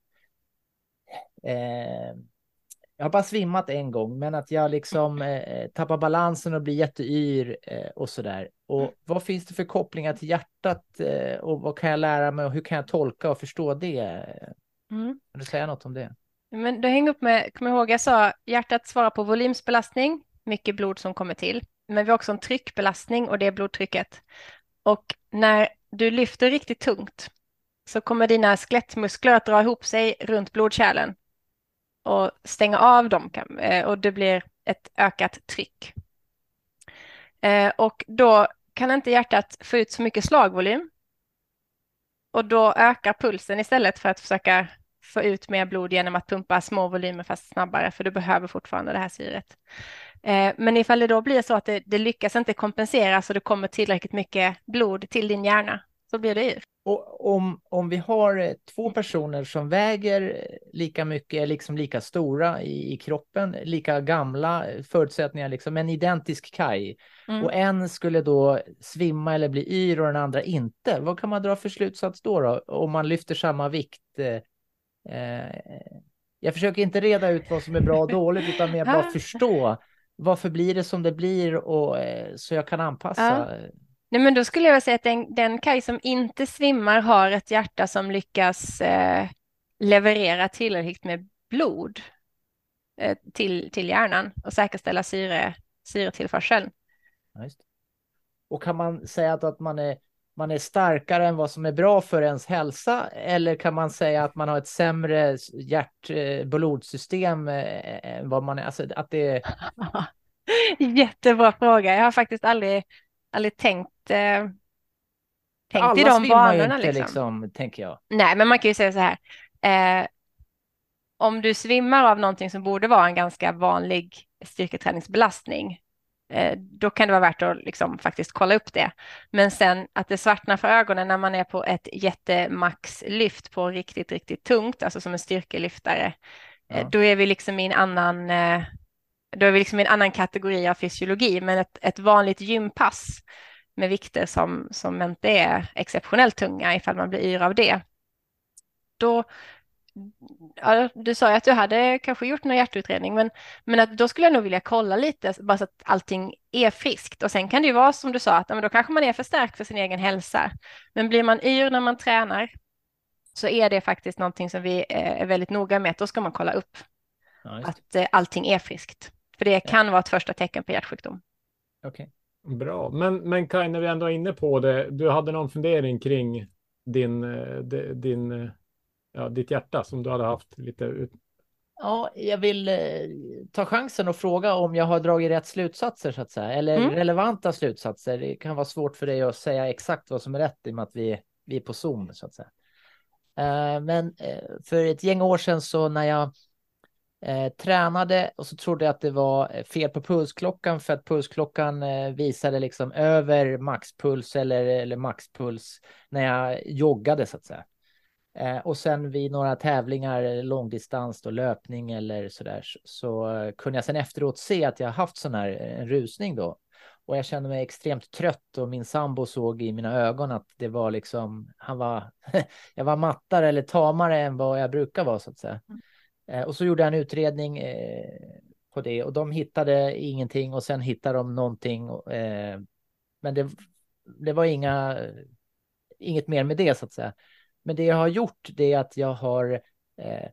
eh, jag har bara svimmat en gång, men att jag liksom eh, tappar balansen och blir jätteyr eh, och sådär. Och vad finns det för kopplingar till hjärtat eh, och vad kan jag lära mig och hur kan jag tolka och förstå det? Mm. Kan du säga något om det? Men det hänger upp med, kom ihåg jag sa, hjärtat svarar på volymsbelastning, mycket blod som kommer till. Men vi har också en tryckbelastning och det är blodtrycket. Och när du lyfter riktigt tungt så kommer dina skelettmuskler att dra ihop sig runt blodkärlen och stänga av dem och det blir ett ökat tryck. Och då kan inte hjärtat få ut så mycket slagvolym och då ökar pulsen istället för att försöka få ut mer blod genom att pumpa små volymer fast snabbare, för du behöver fortfarande det här syret. Men ifall det då blir så att det, det lyckas inte kompensera så det kommer tillräckligt mycket blod till din hjärna, så blir det yr. Och om, om vi har två personer som väger lika mycket, liksom lika stora i, i kroppen, lika gamla förutsättningar, liksom en identisk Kaj, mm. och en skulle då svimma eller bli yr och den andra inte, vad kan man dra för slutsats då, då om man lyfter samma vikt? Eh, jag försöker inte reda ut vad som är bra och dåligt, utan mer bara förstå varför blir det som det blir, och eh, så jag kan anpassa. Ja. Nej, men då skulle jag säga att den, den kaj som inte svimmar har ett hjärta som lyckas eh, leverera tillräckligt med blod eh, till, till hjärnan och säkerställa syre, syretillförseln. Ja, just det. Och kan man säga att, att man, är, man är starkare än vad som är bra för ens hälsa, eller kan man säga att man har ett sämre hjärt-blodsystem eh, än vad man är? Alltså, att det... Jättebra fråga. Jag har faktiskt aldrig, aldrig tänkt, eh, tänkt Alla i de svimmar ju banorna. inte, Liksom. liksom, tänker jag. Nej, men man kan ju säga så här. Eh, om du svimmar av någonting som borde vara en ganska vanlig styrketräningsbelastning, eh, då kan det vara värt att liksom faktiskt kolla upp det. Men sen att det svartnar för ögonen när man är på ett jättemaxlyft på riktigt, riktigt tungt, alltså som en styrkelyftare, Ja. eh, då är vi liksom i en annan... Eh, Då är vi liksom i en annan kategori av fysiologi, men ett, ett vanligt gympass med vikter som, som inte är exceptionellt tunga ifall man blir yr av det. Då, ja, du sa ju att du hade kanske gjort någon hjärtutredning, men, men att då skulle jag nog vilja kolla lite bara så att allting är friskt. Och sen kan det ju vara som du sa, att ja, men då kanske man är för stark för sin egen hälsa. Men blir man yr när man tränar så är det faktiskt någonting som vi är väldigt noga med. Då ska man kolla upp Ja, just att eh, allting är friskt. För det kan vara ett första tecken på hjärtsjukdom. Okej. Bra. Men, men Kaj, när vi ändå är inne på det, du hade någon fundering kring din, eh, de- din, eh, ja, ditt hjärta som du hade haft lite ut... Ja, jag vill eh, ta chansen och fråga om jag har dragit rätt slutsatser, så att säga, eller Mm. relevanta slutsatser. Det kan vara svårt för dig att säga exakt vad som är rätt i och med att vi, vi är på Zoom, så att säga. Eh, men eh, för ett gäng år sedan, så när jag eh, tränade, och så trodde jag att det var fel på pulsklockan, för att pulsklockan eh, visade liksom över maxpuls eller, eller maxpuls när jag joggade, så att säga. Eh, och sen vid några tävlingar, långdistans då, löpning eller sådär, så, så eh, kunde jag sen efteråt se att jag haft sån här en rusning då. Och jag kände mig extremt trött, och min sambo såg i mina ögon att det var liksom, han var, jag var mattare eller tamare än vad jag brukar vara, så att säga. Eh, och så gjorde jag en utredning eh, på det, och de hittade ingenting, och sen hittade de någonting. Eh, men det, det var inga, inget mer med det, så att säga. Men det jag har gjort, det är att jag har eh,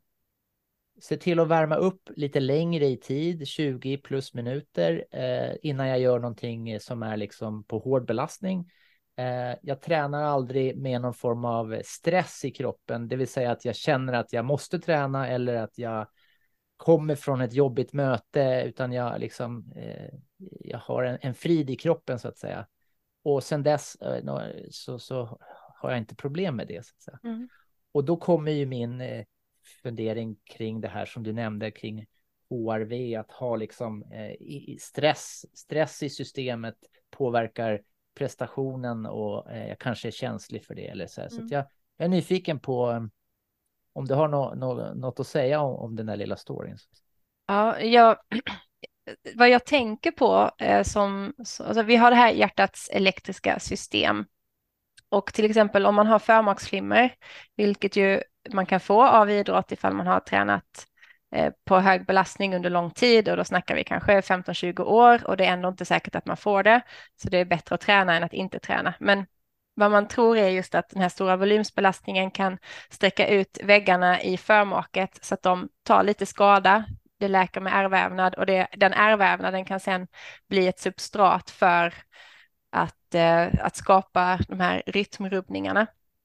sett till att värma upp lite längre i tid, tjugo plus minuter, eh, innan jag gör någonting som är liksom på hård belastning. Eh, jag tränar aldrig med någon form av stress i kroppen, det vill säga att jag känner att jag måste träna eller att jag kommer från ett jobbigt möte, utan jag, liksom, eh, jag har en, en frid i kroppen, så att säga. Och sen dess eh, så, så har jag inte problem med det, så att säga. Mm. Och då kommer ju min eh, fundering kring det här som du nämnde kring H R V, att ha liksom eh, i, stress, stress i systemet påverkar prestationen, och eh, jag kanske är känslig för det eller så här. Mm. Så att jag, jag är nyfiken på eh, om du har no, no, något att säga om, om den där lilla storyn. Ja, jag, vad jag tänker på eh, som, så, alltså vi har det här hjärtats elektriska system. Och till exempel om man har förmaksflimmer, vilket ju man kan få av idrott ifall man har tränat eh, på hög belastning under lång tid, och då snackar vi kanske femton tjugo år, och det är ändå inte säkert att man får det. Så det är bättre att träna än att inte träna. Men vad man tror är just att den här stora volymsbelastningen kan sträcka ut väggarna i förmaket så att de tar lite skada. Det läker med ärrvävnad, och det, den ärrvävnaden kan sedan bli ett substrat för att, eh, att skapa de här rytmrubbningarna.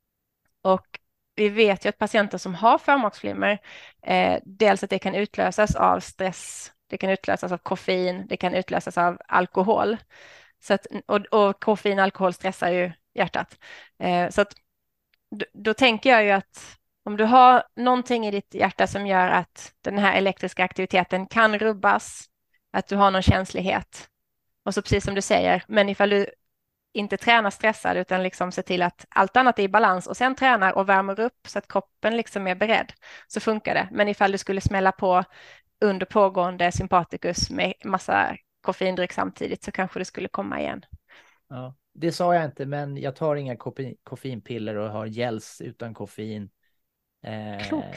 Och vi vet ju att patienter som har förmaksflimmer, eh, dels att det kan utlösas av stress, det kan utlösas av koffein, det kan utlösas av alkohol. Så att, och, och koffein och alkohol stressar ju hjärtat. Eh, så att då, då tänker jag ju att om du har någonting i ditt hjärta som gör att den här elektriska aktiviteten kan rubbas, att du har någon känslighet, och så precis som du säger, men ifall du inte tränar stressad utan liksom ser till att allt annat är i balans och sen tränar och värmer upp så att kroppen liksom är beredd, så funkar det. Men ifall du skulle smälla på under pågående sympaticus med massa koffeindryck samtidigt, så kanske det skulle komma igen. Ja, det sa jag inte, men jag tar inga koffein, koffeinpiller och har gels utan koffein. Eh, Klokt.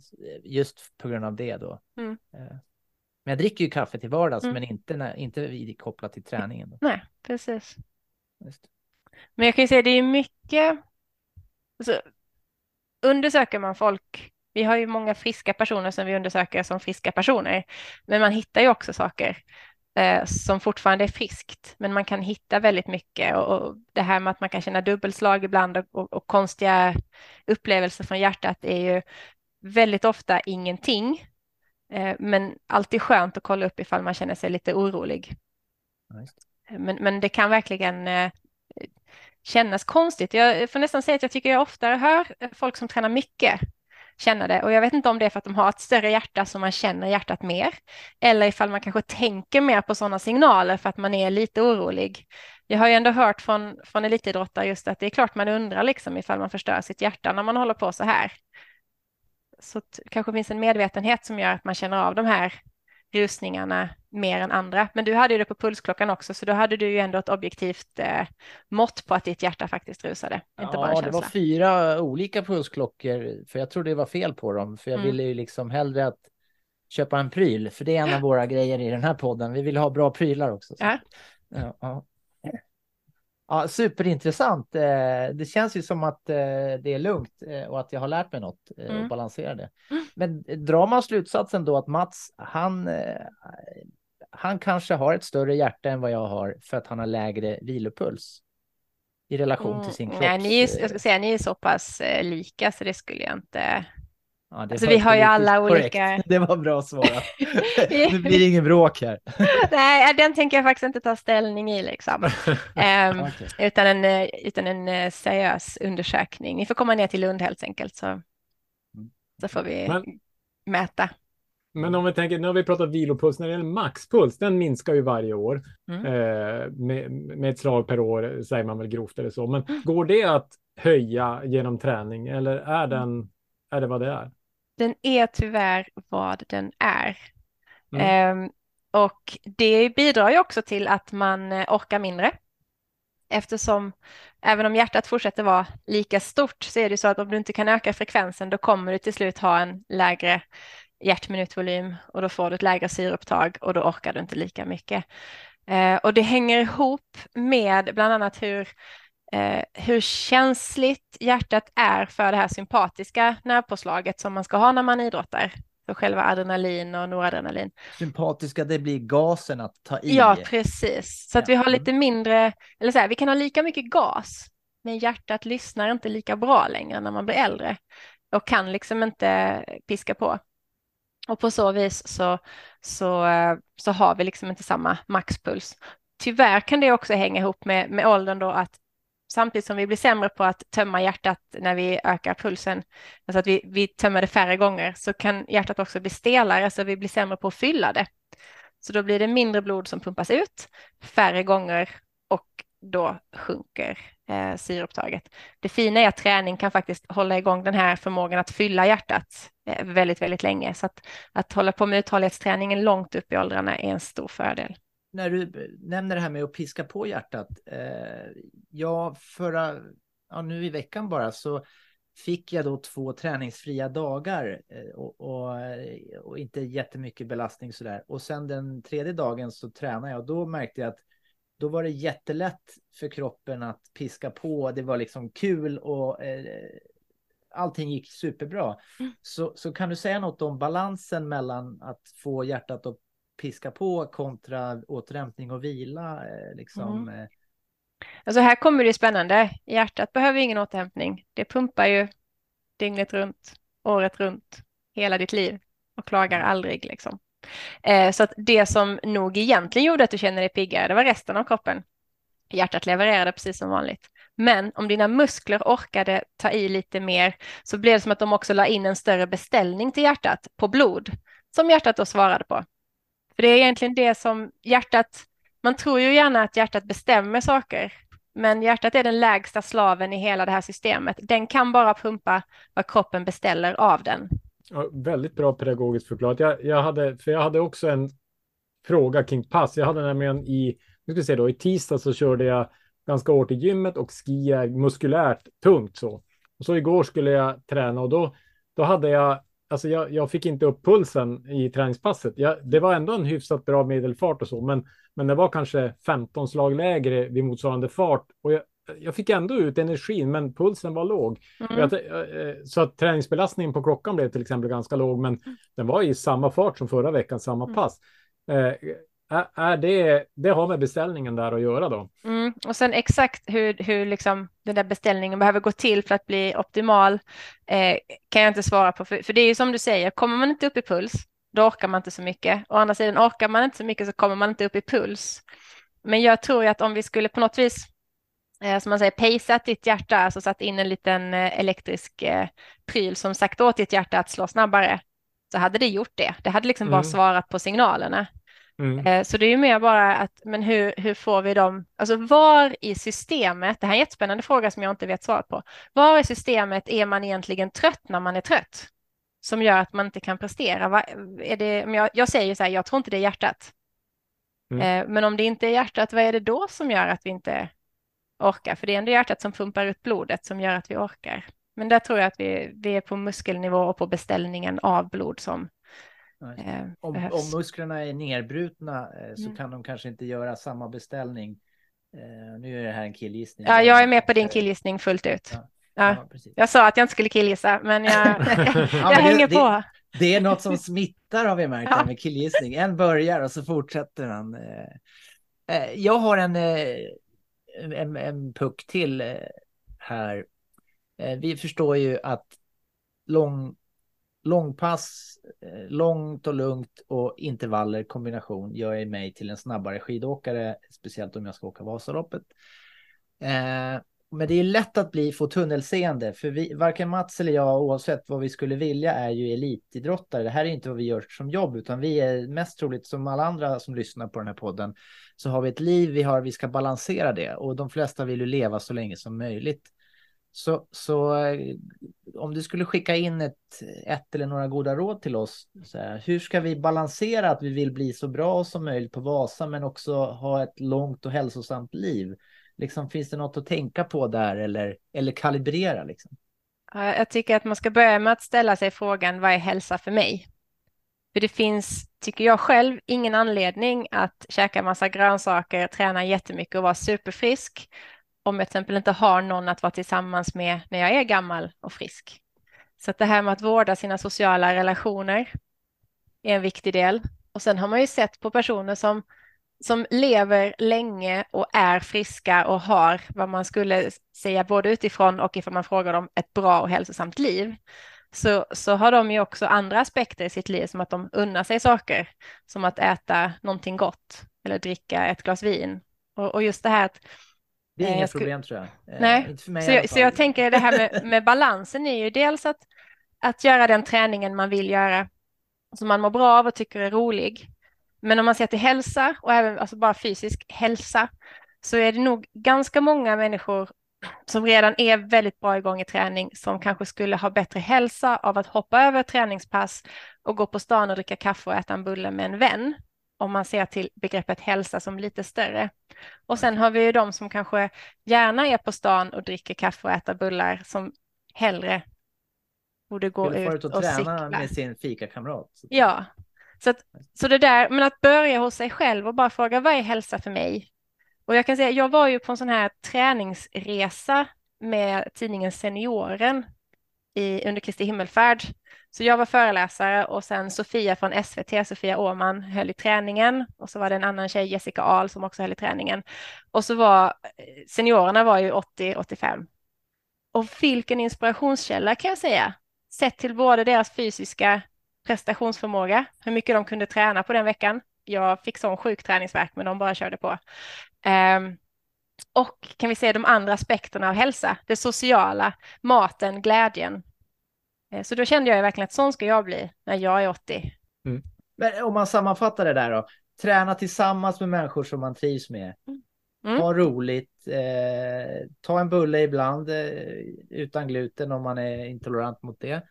just på grund av det då. Mm. Men jag dricker ju kaffe till vardags, Mm. men inte, när, inte kopplat till träningen. Då. Nej, precis. Just. Men jag kan ju säga det är mycket, alltså, undersöker man folk, vi har ju många friska personer som vi undersöker som friska personer, men man hittar ju också saker eh, som fortfarande är friskt, men man kan hitta väldigt mycket och, och det här med att man kan känna dubbelslag ibland och, och, och konstiga upplevelser från hjärtat är ju väldigt ofta ingenting, eh, men alltid skönt att kolla upp ifall man känner sig lite orolig. Just. Men, men det kan verkligen eh, kännas konstigt. Jag får nästan säga att jag tycker jag oftare hör folk som tränar mycket känna det. Och jag vet inte om det är för att de har ett större hjärta så man känner hjärtat mer. Eller ifall man kanske tänker mer på sådana signaler för att man är lite orolig. Jag har ju ändå hört från, från elitidrottare just att det är klart man undrar liksom ifall man förstör sitt hjärta när man håller på så här. Så det kanske finns en medvetenhet som gör att man känner av de här rusningarna mer än andra. Men du hade ju det på pulsklockan också, så då hade du ju ändå ett objektivt eh, mått på att ditt hjärta faktiskt rusade. Inte bara en Ja, känsla. det var fyra olika pulsklockor, för jag tror det var fel på dem. För jag Mm. ville ju liksom hellre att köpa en pryl, för det är en av våra grejer i den här podden. Vi vill ha bra prylar också. Så. Ja. Ja, ja. Ja, superintressant. Eh, Det känns ju som att eh, det är lugnt eh, och att jag har lärt mig något eh, Mm. och balansera det. Mm. Men drar man slutsatsen då att Mats, han, eh, han kanske har ett större hjärta än vad jag har för att han har lägre vilopuls i relation till sin Mm, kropp. nej, ni är, jag ska säga, ni är så pass eh, lika så det skulle jag inte... Ja, det Alltså, var vi har ju politiskt alla korrekt. olika- Det var bra svarat. Nu blir det ingen bråk här. Nej, den tänker jag faktiskt inte ta ställning i liksom. Ehm, Okej. utan, en, eh, utan en eh, seriös undersökning. Ni får komma ner till Lund helt enkelt så, så får vi Men- mäta. Men om vi tänker, nu har vi pratat vilopuls, när det gäller maxpuls, den minskar ju varje år. Mm. Eh, med, med ett slag per år, säger man väl grovt eller så. Men går det att höja genom träning eller är, den, är det vad det är? Den är tyvärr vad den är. Mm. Ehm, och det bidrar ju också till att man eh, orkar mindre. Eftersom även om hjärtat fortsätter vara lika stort så är det så att om du inte kan öka frekvensen då kommer du till slut ha en lägre hjärtminutvolym och då får du ett lägre syreupptag och då orkar du inte lika mycket. Eh, och det hänger ihop med bland annat hur, eh, hur känsligt hjärtat är för det här sympatiska nervpåslaget som man ska ha när man idrottar. Så själva adrenalin och noradrenalin. Sympatiska, det blir gasen att ta i. Ja, precis. Så att vi Ja. har lite mindre, eller så här, vi kan ha lika mycket gas, men hjärtat lyssnar inte lika bra längre när man blir äldre och kan liksom inte piska på. Och på så vis så, så, så har vi liksom inte samma maxpuls. Tyvärr kan det också hänga ihop med, med åldern då att samtidigt som vi blir sämre på att tömma hjärtat när vi ökar pulsen, alltså att vi, vi tömmer det färre gånger, så kan hjärtat också bli stelare, så vi blir sämre på att fylla det. Så då blir det mindre blod som pumpas ut färre gånger och då sjunker eh, syreupptaget. Det fina är att träning kan faktiskt hålla igång den här förmågan att fylla hjärtat eh, väldigt, väldigt länge. Så att, att hålla på med uthållighetsträningen långt upp i åldrarna är en stor fördel. När du nämner det här med att piska på hjärtat. Eh, ja, förra, ja, nu i veckan bara så fick jag då två träningsfria dagar eh, och, och, och inte jättemycket belastning sådär. Och sen den tredje dagen så tränade jag och då märkte jag att då var det jättelätt för kroppen att piska på. Det var liksom kul och eh, allting gick superbra. Mm. Så, så kan du säga något om balansen mellan att få hjärtat att piska på kontra återhämtning och vila eh, liksom. Mm. Eh. Alltså här kommer det spännande. Hjärtat behöver ingen återhämtning. Det pumpar ju dygnet runt, året runt, hela ditt liv och klagar aldrig liksom. Eh, så att det som nog egentligen gjorde att du känner dig piggare, det var resten av kroppen. Hjärtat levererade precis som vanligt. Men om dina muskler orkade ta i lite mer så blev det som att de också la in en större beställning till hjärtat på blod som hjärtat då svarade på. För det är egentligen det som hjärtat, man tror ju gärna att hjärtat bestämmer saker, men hjärtat är den lägsta slaven i hela det här systemet. Den kan bara pumpa vad kroppen beställer av den. Ja, väldigt bra pedagogiskt förklarat. Jag, jag, hade, för jag hade också en fråga kring pass. Jag hade nämligen i, nu ska vi se då, i tisdag så körde jag ganska hårt i gymmet och skiar muskulärt tungt så. Och så igår skulle jag träna och då, då hade jag alltså jag, jag fick inte upp pulsen i träningspasset. Jag, det var ändå en hyfsat bra medelfart och så, men, men det var kanske femton slag lägre vid motsvarande fart. Och jag, jag fick ändå ut energin, men pulsen var låg. Mm. Jag, så att träningsbelastningen på klockan blev till exempel ganska låg, men den var i samma fart som förra veckan, samma Mm. pass. Eh, är det, det har med beställningen där att göra då. Mm. Och sen exakt hur, hur liksom den där beställningen behöver gå till för att bli optimal eh, kan jag inte svara på. För, för det är ju som du säger, kommer man inte upp i puls, då orkar man inte så mycket. Å andra sidan, orkar man inte så mycket så kommer man inte upp i puls. Men jag tror ju att om vi skulle på något vis, eh, som man säger, pejsat ditt hjärta, alltså satt in en liten eh, elektrisk eh, pryl som sagt åt ditt hjärta att slå snabbare, så hade det gjort det. Det hade liksom Mm. bara svarat på signalerna. Mm. Eh, Så det är ju mer bara att, men hur, hur får vi dem, alltså var i systemet, det här är en jättespännande fråga som jag inte vet svaret på, var i systemet är man egentligen trött när man är trött? Som gör att man inte kan prestera. Va, är det, men jag, jag säger ju så här, jag tror inte det är hjärtat. Mm. Eh, men om det inte är hjärtat, vad är det då som gör att vi inte orkar? För det är ändå hjärtat som pumpar ut blodet som gör att vi orkar. Men där tror jag att vi, vi är på muskelnivå och på beställningen av blod som eh, Om, behövs. om musklerna är nedbrutna eh, så Mm. kan de kanske inte göra samma beställning. Eh, nu är det här en killgissning. Ja, jag är med på din killgissning fullt ut. Ja. Ja. Ja, precis. Jag sa att jag inte skulle killgissa, men jag, Ja, jag men hänger det, på. Det, det är något som smittar, har vi märkt, Ja. här med killgissning. En börjar och så fortsätter han. Eh, eh, Jag har en, eh, en, en puck till eh, här. Eh, Vi förstår ju att lång, långpass, eh, långt och lugnt och intervaller kombination gör ju mig till en snabbare skidåkare, speciellt om jag ska åka Vasaloppet. Eh, Men det är lätt att bli få tunnelseende, för vi, varken Mats eller jag, oavsett vad vi skulle vilja, är ju elitidrottare. Det här är inte vad vi gör som jobb, utan vi är mest troligt, som alla andra som lyssnar på den här podden, så har vi ett liv, vi, har, vi ska balansera det, och de flesta vill ju leva så länge som möjligt. Så, så eh, om du skulle skicka in ett, ett eller några goda råd till oss, så här, hur ska vi balansera att vi vill bli så bra som möjligt på Vasa, men också ha ett långt och hälsosamt liv? Liksom, finns det något att tänka på där, eller, eller kalibrera liksom? Ja, jag tycker att man ska börja med att ställa sig frågan, vad är hälsa för mig? För det finns, tycker jag själv, ingen anledning att käka en massa grönsaker, träna jättemycket och vara superfrisk om jag till exempel inte har någon att vara tillsammans med när jag är gammal och frisk. Så att det här med att vårda sina sociala relationer är en viktig del. Och sen har man ju sett på personer som som lever länge och är friska och har vad man skulle säga både utifrån och ifall man frågar dem ett bra och hälsosamt liv, så, så har de ju också andra aspekter i sitt liv, som att de unnar sig saker, som att äta någonting gott eller dricka ett glas vin. Och, och just det här att Det är eh, inget jag skulle- problem, tror jag. Eh, Nej, inte för mig så i alla jag, så fall. jag tänker det här med, med balansen är ju dels att, att göra den träningen man vill göra, som man mår bra av och tycker är rolig. Men om man ser till hälsa och även alltså bara fysisk hälsa, så är det nog ganska många människor som redan är väldigt bra igång i träning som kanske skulle ha bättre hälsa av att hoppa över träningspass och gå på stan och dricka kaffe och äta en bulle med en vän. Om man ser till begreppet hälsa som lite större. Och sen har vi ju de som kanske gärna är på stan och dricker kaffe och äter bullar, som hellre borde gå Vill få ut ut och och träna cykla. med sin fikakamrat. Ja, så, att, så det där, men att börja hos sig själv och bara fråga, vad är hälsa för mig? Och jag kan säga, jag var ju på en sån här träningsresa med tidningen Senioren i, under Kristi himmelfärd. Så jag var föreläsare och sen Sofia från S V T, Sofia Åhman, höll i träningen. Och så var det en annan tjej, Jessica Ahl, som också höll i träningen. Och så var seniorerna var ju åttio åttiofem. Och vilken inspirationskälla kan jag säga. Sett till både deras fysiska prestationsförmåga, hur mycket de kunde träna på den veckan. Jag fick sån sjuk träningsvärk, men de bara körde på. Um, och kan vi se de andra aspekterna av hälsa, det sociala, maten, glädjen. Uh, så då kände jag verkligen att sån ska jag bli när jag är åttio. Mm. Men om man sammanfattar det där då. Träna tillsammans med människor som man trivs med. Mm. Ha roligt. Eh, ta en bulle ibland eh, utan gluten om man är intolerant mot det.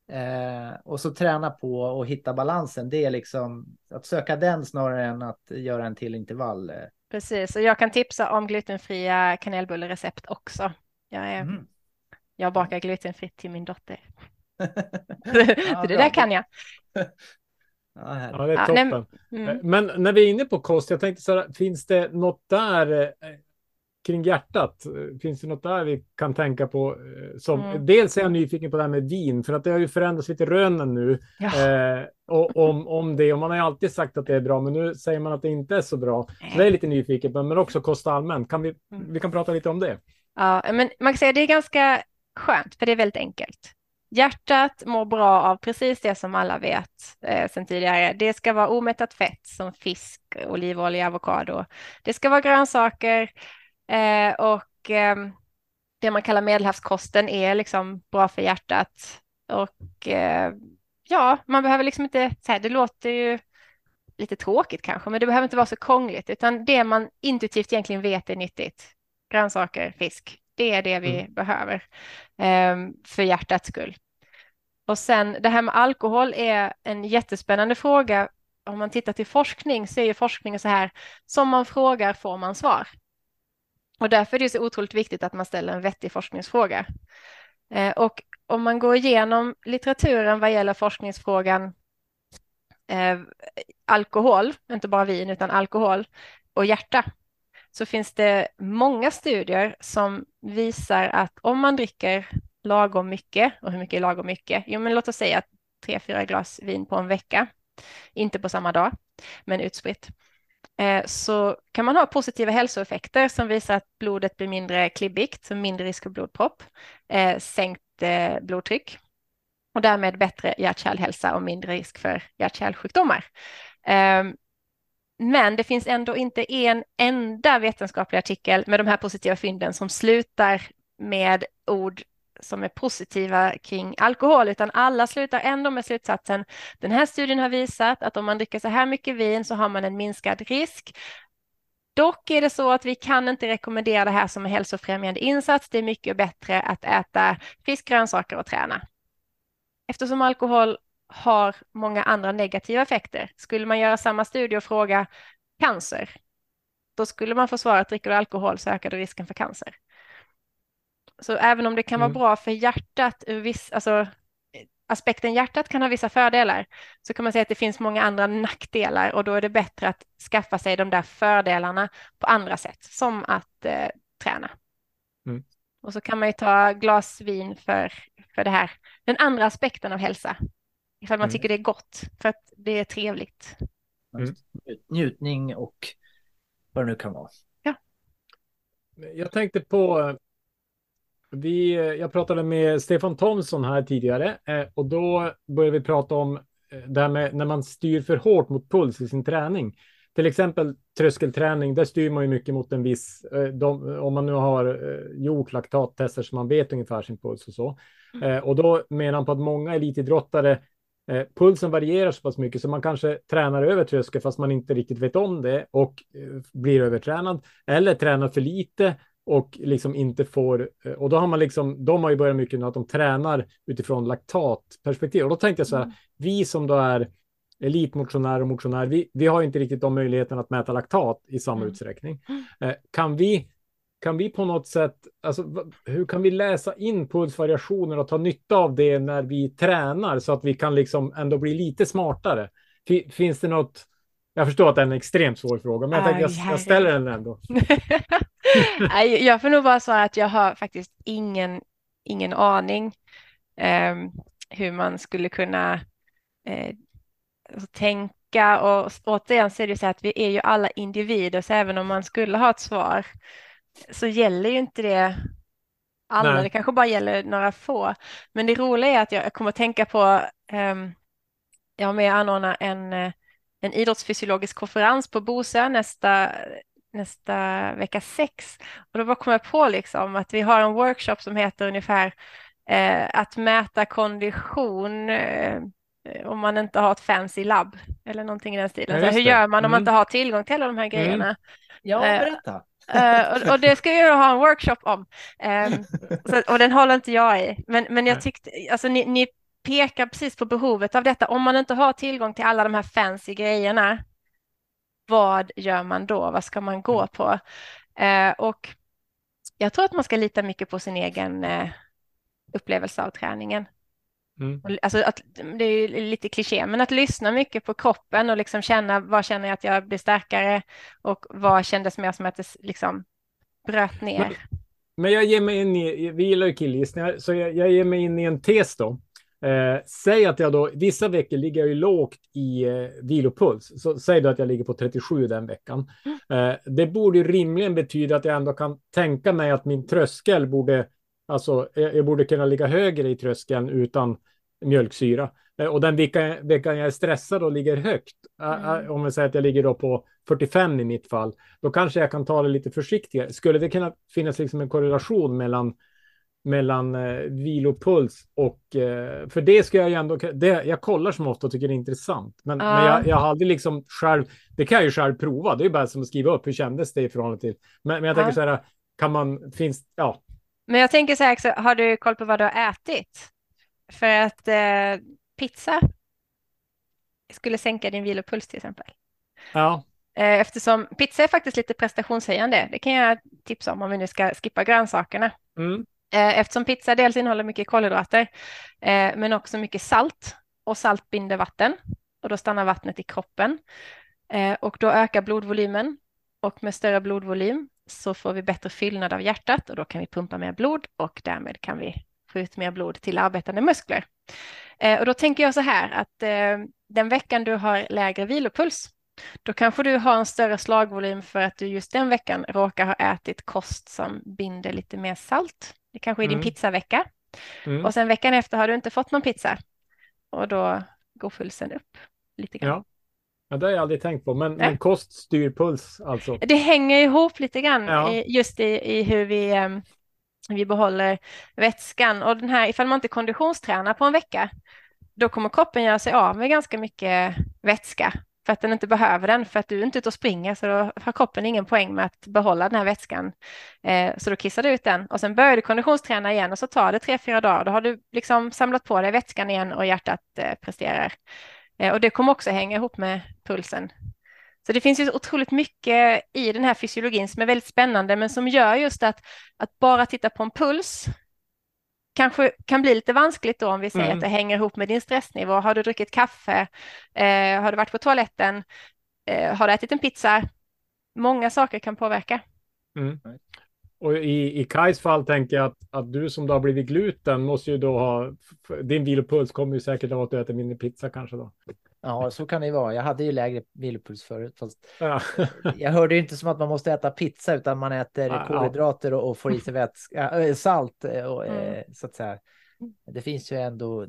Eh, och så träna på och hitta balansen. Det är liksom att söka den snarare än att göra en till intervall. Precis, och jag kan tipsa om glutenfria kanelbullerecept också. Jag, är, Mm. jag bakar glutenfritt till min dotter. Så det där kan jag. Ja, här. Ja, det är Ja, nej, toppen. mm. Men när vi är inne på kost, jag tänkte så här, finns det något där eh, kring hjärtat? Finns det något där vi kan tänka på? eh, Som, Mm. Dels är jag nyfiken på det här med vin, för att det har ju förändrats lite rönen nu. Ja. Eh, och om, om det, och man har ju alltid sagt att det är bra, men nu säger man att det inte är så bra. Så det är jag lite nyfiken på, men också kost allmänt. Kan vi, vi kan prata lite om det. Ja, men man kan säga att det är ganska skönt, för det är väldigt enkelt. Hjärtat mår bra av precis det som alla vet eh, sedan tidigare. Det ska vara omättat fett som fisk, olivolja, avokado. Det ska vara grönsaker eh, och eh, det man kallar medelhavskosten är liksom bra för hjärtat. Och eh, ja, man behöver liksom inte, så här, det låter ju lite tråkigt kanske, men det behöver inte vara så krångligt, utan det man intuitivt egentligen vet är nyttigt. Grönsaker, fisk, det är det vi Mm. behöver eh, för hjärtats skull. Och sen det här med alkohol är en jättespännande fråga. Om man tittar till forskning så är ju forskningen så här, som man frågar får man svar. Och därför är det så otroligt viktigt att man ställer en vettig forskningsfråga. Eh, och om man går igenom litteraturen vad gäller forskningsfrågan eh, alkohol, inte bara vin utan alkohol och hjärta, så finns det många studier som visar att om man dricker lagom mycket, och hur mycket är lagom mycket? Jo, men låt oss säga att tre, fyra glas vin på en vecka, inte på samma dag, men utspritt, eh, så kan man ha positiva hälsoeffekter som visar att blodet blir mindre klibbigt, så mindre risk för blodpropp, eh, sänkt eh, blodtryck och därmed bättre hjärt-kärlhälsa och mindre risk för hjärt-kärlsjukdomar. Eh, Men det finns ändå inte en enda vetenskaplig artikel med de här positiva fynden som slutar med ord som är positiva kring alkohol, utan alla slutar ändå med slutsatsen: den här studien har visat att om man dricker så här mycket vin så har man en minskad risk. Dock är det så att vi kan inte rekommendera det här som en hälsofrämjande insats. Det är mycket bättre att äta fisk, grönsaker och träna. Eftersom alkohol har många andra negativa effekter. Skulle man göra samma studie och fråga cancer, då skulle man få svara att dricker du alkohol så ökar du risken för cancer. Så även om det kan Mm. vara bra för hjärtat, viss, alltså aspekten hjärtat kan ha vissa fördelar, så kan man säga att det finns många andra nackdelar, och då är det bättre att skaffa sig de där fördelarna på andra sätt, som att eh, träna. Mm. Och så kan man ju ta glas vin för, för det här, den andra aspekten av hälsa. Ifall man Mm. tycker det är gott, för att det är trevligt. Mm. Njutning och vad det nu kan vara. Jag tänkte på, eh, vi, jag pratade med Stefan Thomsson här tidigare eh, och då började vi prata om eh, det här med när man styr för hårt mot puls i sin träning. Till exempel tröskelträning, där styr man ju mycket mot en viss, eh, de, om man nu har eh, gjort laktattester så man vet ungefär sin puls och så. Eh, och då menar han på att många elitidrottare, Eh, pulsen varierar så pass mycket så man kanske tränar över tröskel fast man inte riktigt vet om det och eh, blir övertränad, eller tränar för lite och liksom inte får, eh, och då har man liksom, de har ju börjat mycket nu att de tränar utifrån laktatperspektiv, och då tänkte jag så här, mm. vi som då är elitmotionär och motionär, vi, vi har inte riktigt de möjligheten att mäta laktat i samma mm. utsträckning. Eh, kan vi Kan vi på något sätt, alltså, hur kan vi läsa in pulsvariationer och ta nytta av det när vi tränar så att vi kan liksom ändå bli lite smartare? Finns det något, jag förstår att det är en extremt svår fråga, men jag, tänkte, jag, jag ställer den ändå. Jag får nog bara svara att jag har faktiskt ingen, ingen aning eh, hur man skulle kunna eh, tänka, och återigen så är det så att vi är ju alla individer, så även om man skulle ha ett svar så gäller ju inte det alla. Nej. Det kanske bara gäller några få. Men det roliga är att jag kommer att tänka på, um, jag har med anordna en, en idrottsfysiologisk konferens på Bosö nästa, nästa vecka sex. Och då bara kom jag på liksom att vi har en workshop som heter ungefär eh, att mäta kondition eh, om man inte har ett fancy labb eller någonting i den stilen. Ja, så hur gör man om mm. man inte har tillgång till alla de här grejerna? Mm. Ja, berätta. Uh, och, och det ska jag ha en workshop om. Um, så, och den håller inte jag i. Men, men jag tyckte, alltså ni, ni pekar precis på behovet av detta. Om man inte har tillgång till alla de här fancy grejerna, vad gör man då? Vad ska man gå på? Uh, och jag tror att man ska lita mycket på sin egen uh, upplevelse av träningen. Mm. Alltså att, det är ju lite kliché, men att lyssna mycket på kroppen och liksom känna vad känner jag att jag blir starkare och vad kändes mer som att det liksom bröt ner. Men, men jag ger mig in i, vi gillar ju killgissningar, så jag, jag ger mig in i en tes då. Eh, säg att jag då, vissa veckor ligger jag ju lågt i eh, vilopuls. Så säg då att jag ligger på trettiosju den veckan. Eh, det borde ju rimligen betyda att jag ändå kan tänka mig att min tröskel borde, alltså jag, jag borde kunna ligga högre i tröskeln utan mjölksyra. Eh, och den veckan, veckan jag är stressad och ligger högt, mm. eh, om vi säger att jag ligger då på fyrtiofem i mitt fall, då kanske jag kan ta det lite försiktigare. Skulle det kunna finnas liksom en korrelation mellan mellan eh, vilopuls och eh, för det ska jag ju ändå det, jag kollar som ofta och tycker det är intressant, men, ja. men jag, jag har aldrig liksom själv, det kan jag ju själv prova, det är bara som att skriva upp hur kändes det i förhållande till, men, men jag tänker ja. så här, kan man, finns, ja. Men jag tänker så här också, har du koll på vad du har ätit? För att eh, pizza skulle sänka din vilopuls till exempel. Ja. Eh, eftersom pizza är faktiskt lite prestationshöjande, det kan jag tipsa om om vi nu ska skippa grönsakerna. Mm. Eftersom pizza dels innehåller mycket kolhydrater eh, men också mycket salt, och salt binder vatten och då stannar vattnet i kroppen eh, och då ökar blodvolymen, och med större blodvolym så får vi bättre fyllnad av hjärtat och då kan vi pumpa mer blod och därmed kan vi få ut mer blod till arbetande muskler. Eh, och då tänker jag så här att eh, den veckan du har lägre vilopuls, då kanske du har en större slagvolym för att du just den veckan råkar ha ätit kost som binder lite mer salt. Det kanske är din mm. pizzavecka. Mm. Och sen veckan efter har du inte fått någon pizza. Och då går pulsen upp lite grann. Ja, ja det har jag aldrig tänkt på. Men, men kost styr puls alltså? Det hänger ihop lite grann ja. i, just i, i hur vi, um, vi behåller vätskan. Och den här, ifall man inte konditionstränar på en vecka, då kommer kroppen göra sig av med ganska mycket vätska. För att den inte behöver den, för att du inte är ute och springer, så då har kroppen ingen poäng med att behålla den här vätskan. Eh, så då kissar du ut den och sen börjar du konditionsträna igen och så tar det tre, fyra dagar. Då har du liksom samlat på dig vätskan igen och hjärtat eh, presterar. Eh, och det kommer också hänga ihop med pulsen. Så det finns ju otroligt mycket i den här fysiologin som är väldigt spännande, men som gör just att, att bara titta på en puls kanske kan bli lite vanskligt då om vi säger mm. att det hänger ihop med din stressnivå. Har du druckit kaffe? Eh, har du varit på toaletten? Eh, har du ätit en pizza? Många saker kan påverka. Mm. Och i, i Kajs fall tänker jag att, att du som då har blivit gluten måste ju då ha, din vilopuls kommer ju säkert av att du äter mindre pizza kanske då. Ja, så kan det vara. Jag hade ju lägre vilopuls förut. Fast ja. Jag hörde ju inte som att man måste äta pizza, utan man äter ja, kolhydrater och, och får i sig vätska, äh, salt. Och, mm. eh, så att säga. Det finns ju ändå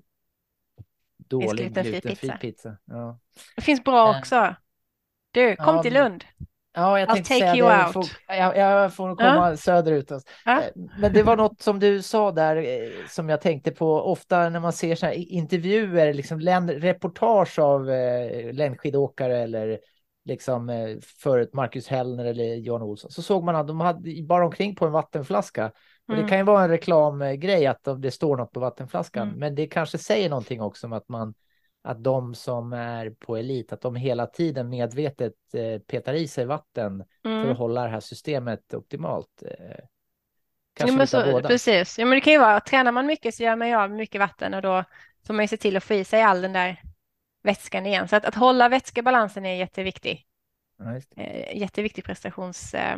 dålig glutenfri pizza. pizza. Ja. Det finns bra också. Du, kom ja, till Lund. Ja, jag I'll tänkte take säga you det. out. Får, jag, jag får komma ja. söderut. Alltså. Ja. Men det var något som du sa där som jag tänkte på. Ofta när man ser så här intervjuer, liksom länd, reportage av eh, längdskidåkare eller liksom eh, förut Marcus Hellner eller Johan Olsson, så såg man att de hade bara omkring på en vattenflaska. Och mm. det kan ju vara en reklamgrej att det står något på vattenflaskan. Mm. Men det kanske säger någonting också om att man att de som är på elit, att de hela tiden medvetet eh, petar i sig vatten mm. för att hålla det här systemet optimalt. Eh, kanske ja, men så, båda. Precis. Ja, men det kan ju vara, tränar man mycket så gör man ju av mycket vatten och då får man ju se till att få i sig all den där vätskan igen. Så att, att hålla vätskebalansen är jätteviktig. Ja, just det. Eh, jätteviktig prestations... Eh,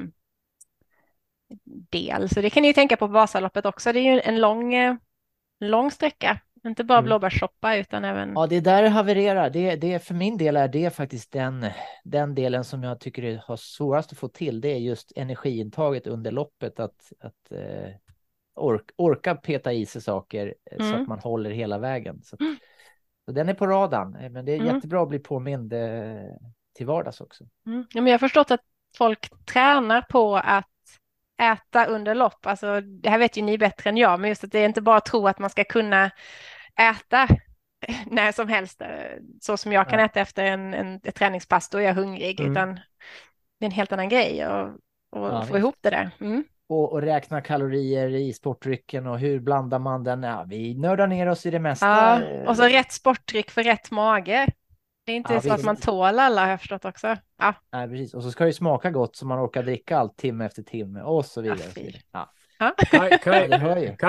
del. Så det kan ni ju tänka på på Vasaloppet också. Det är ju en lång, lång sträcka. Inte bara blåbärssoppa utan även... Ja, det är där det havererar. Det, det, för min del är det faktiskt den, den delen som jag tycker är har svårast att få till. Det är just energiintaget under loppet. Att, att eh, ork, orka peta i sig saker mm. så att man håller hela vägen. Så, att, mm. så den är på radarn. Men det är mm. jättebra att bli påmind eh, till vardags också. Mm. Ja, men jag har förstått att folk tränar på att äta under lopp. Alltså, det här vet ju ni bättre än jag, men just att det är inte bara att tro att man ska kunna äta när som helst, så som jag kan ja. äta efter en, en, ett träningspass, då är jag hungrig, mm. utan det är en helt annan grej och, och ja, få visst. ihop det där. Mm. Och, och räkna kalorier i sportdrycken och hur blandar man den? Ja, vi nördar ner oss i det mesta. Ja, och så rätt sportdryck för rätt mage. Det är inte ja, så visst. Att man tål alla, har jag förstått också. Ja. Nej, precis. Och så ska det smaka gott så man orkar dricka allt timme efter timme och så vidare. Ja. Ja. Kaj, Kaj, Kaj,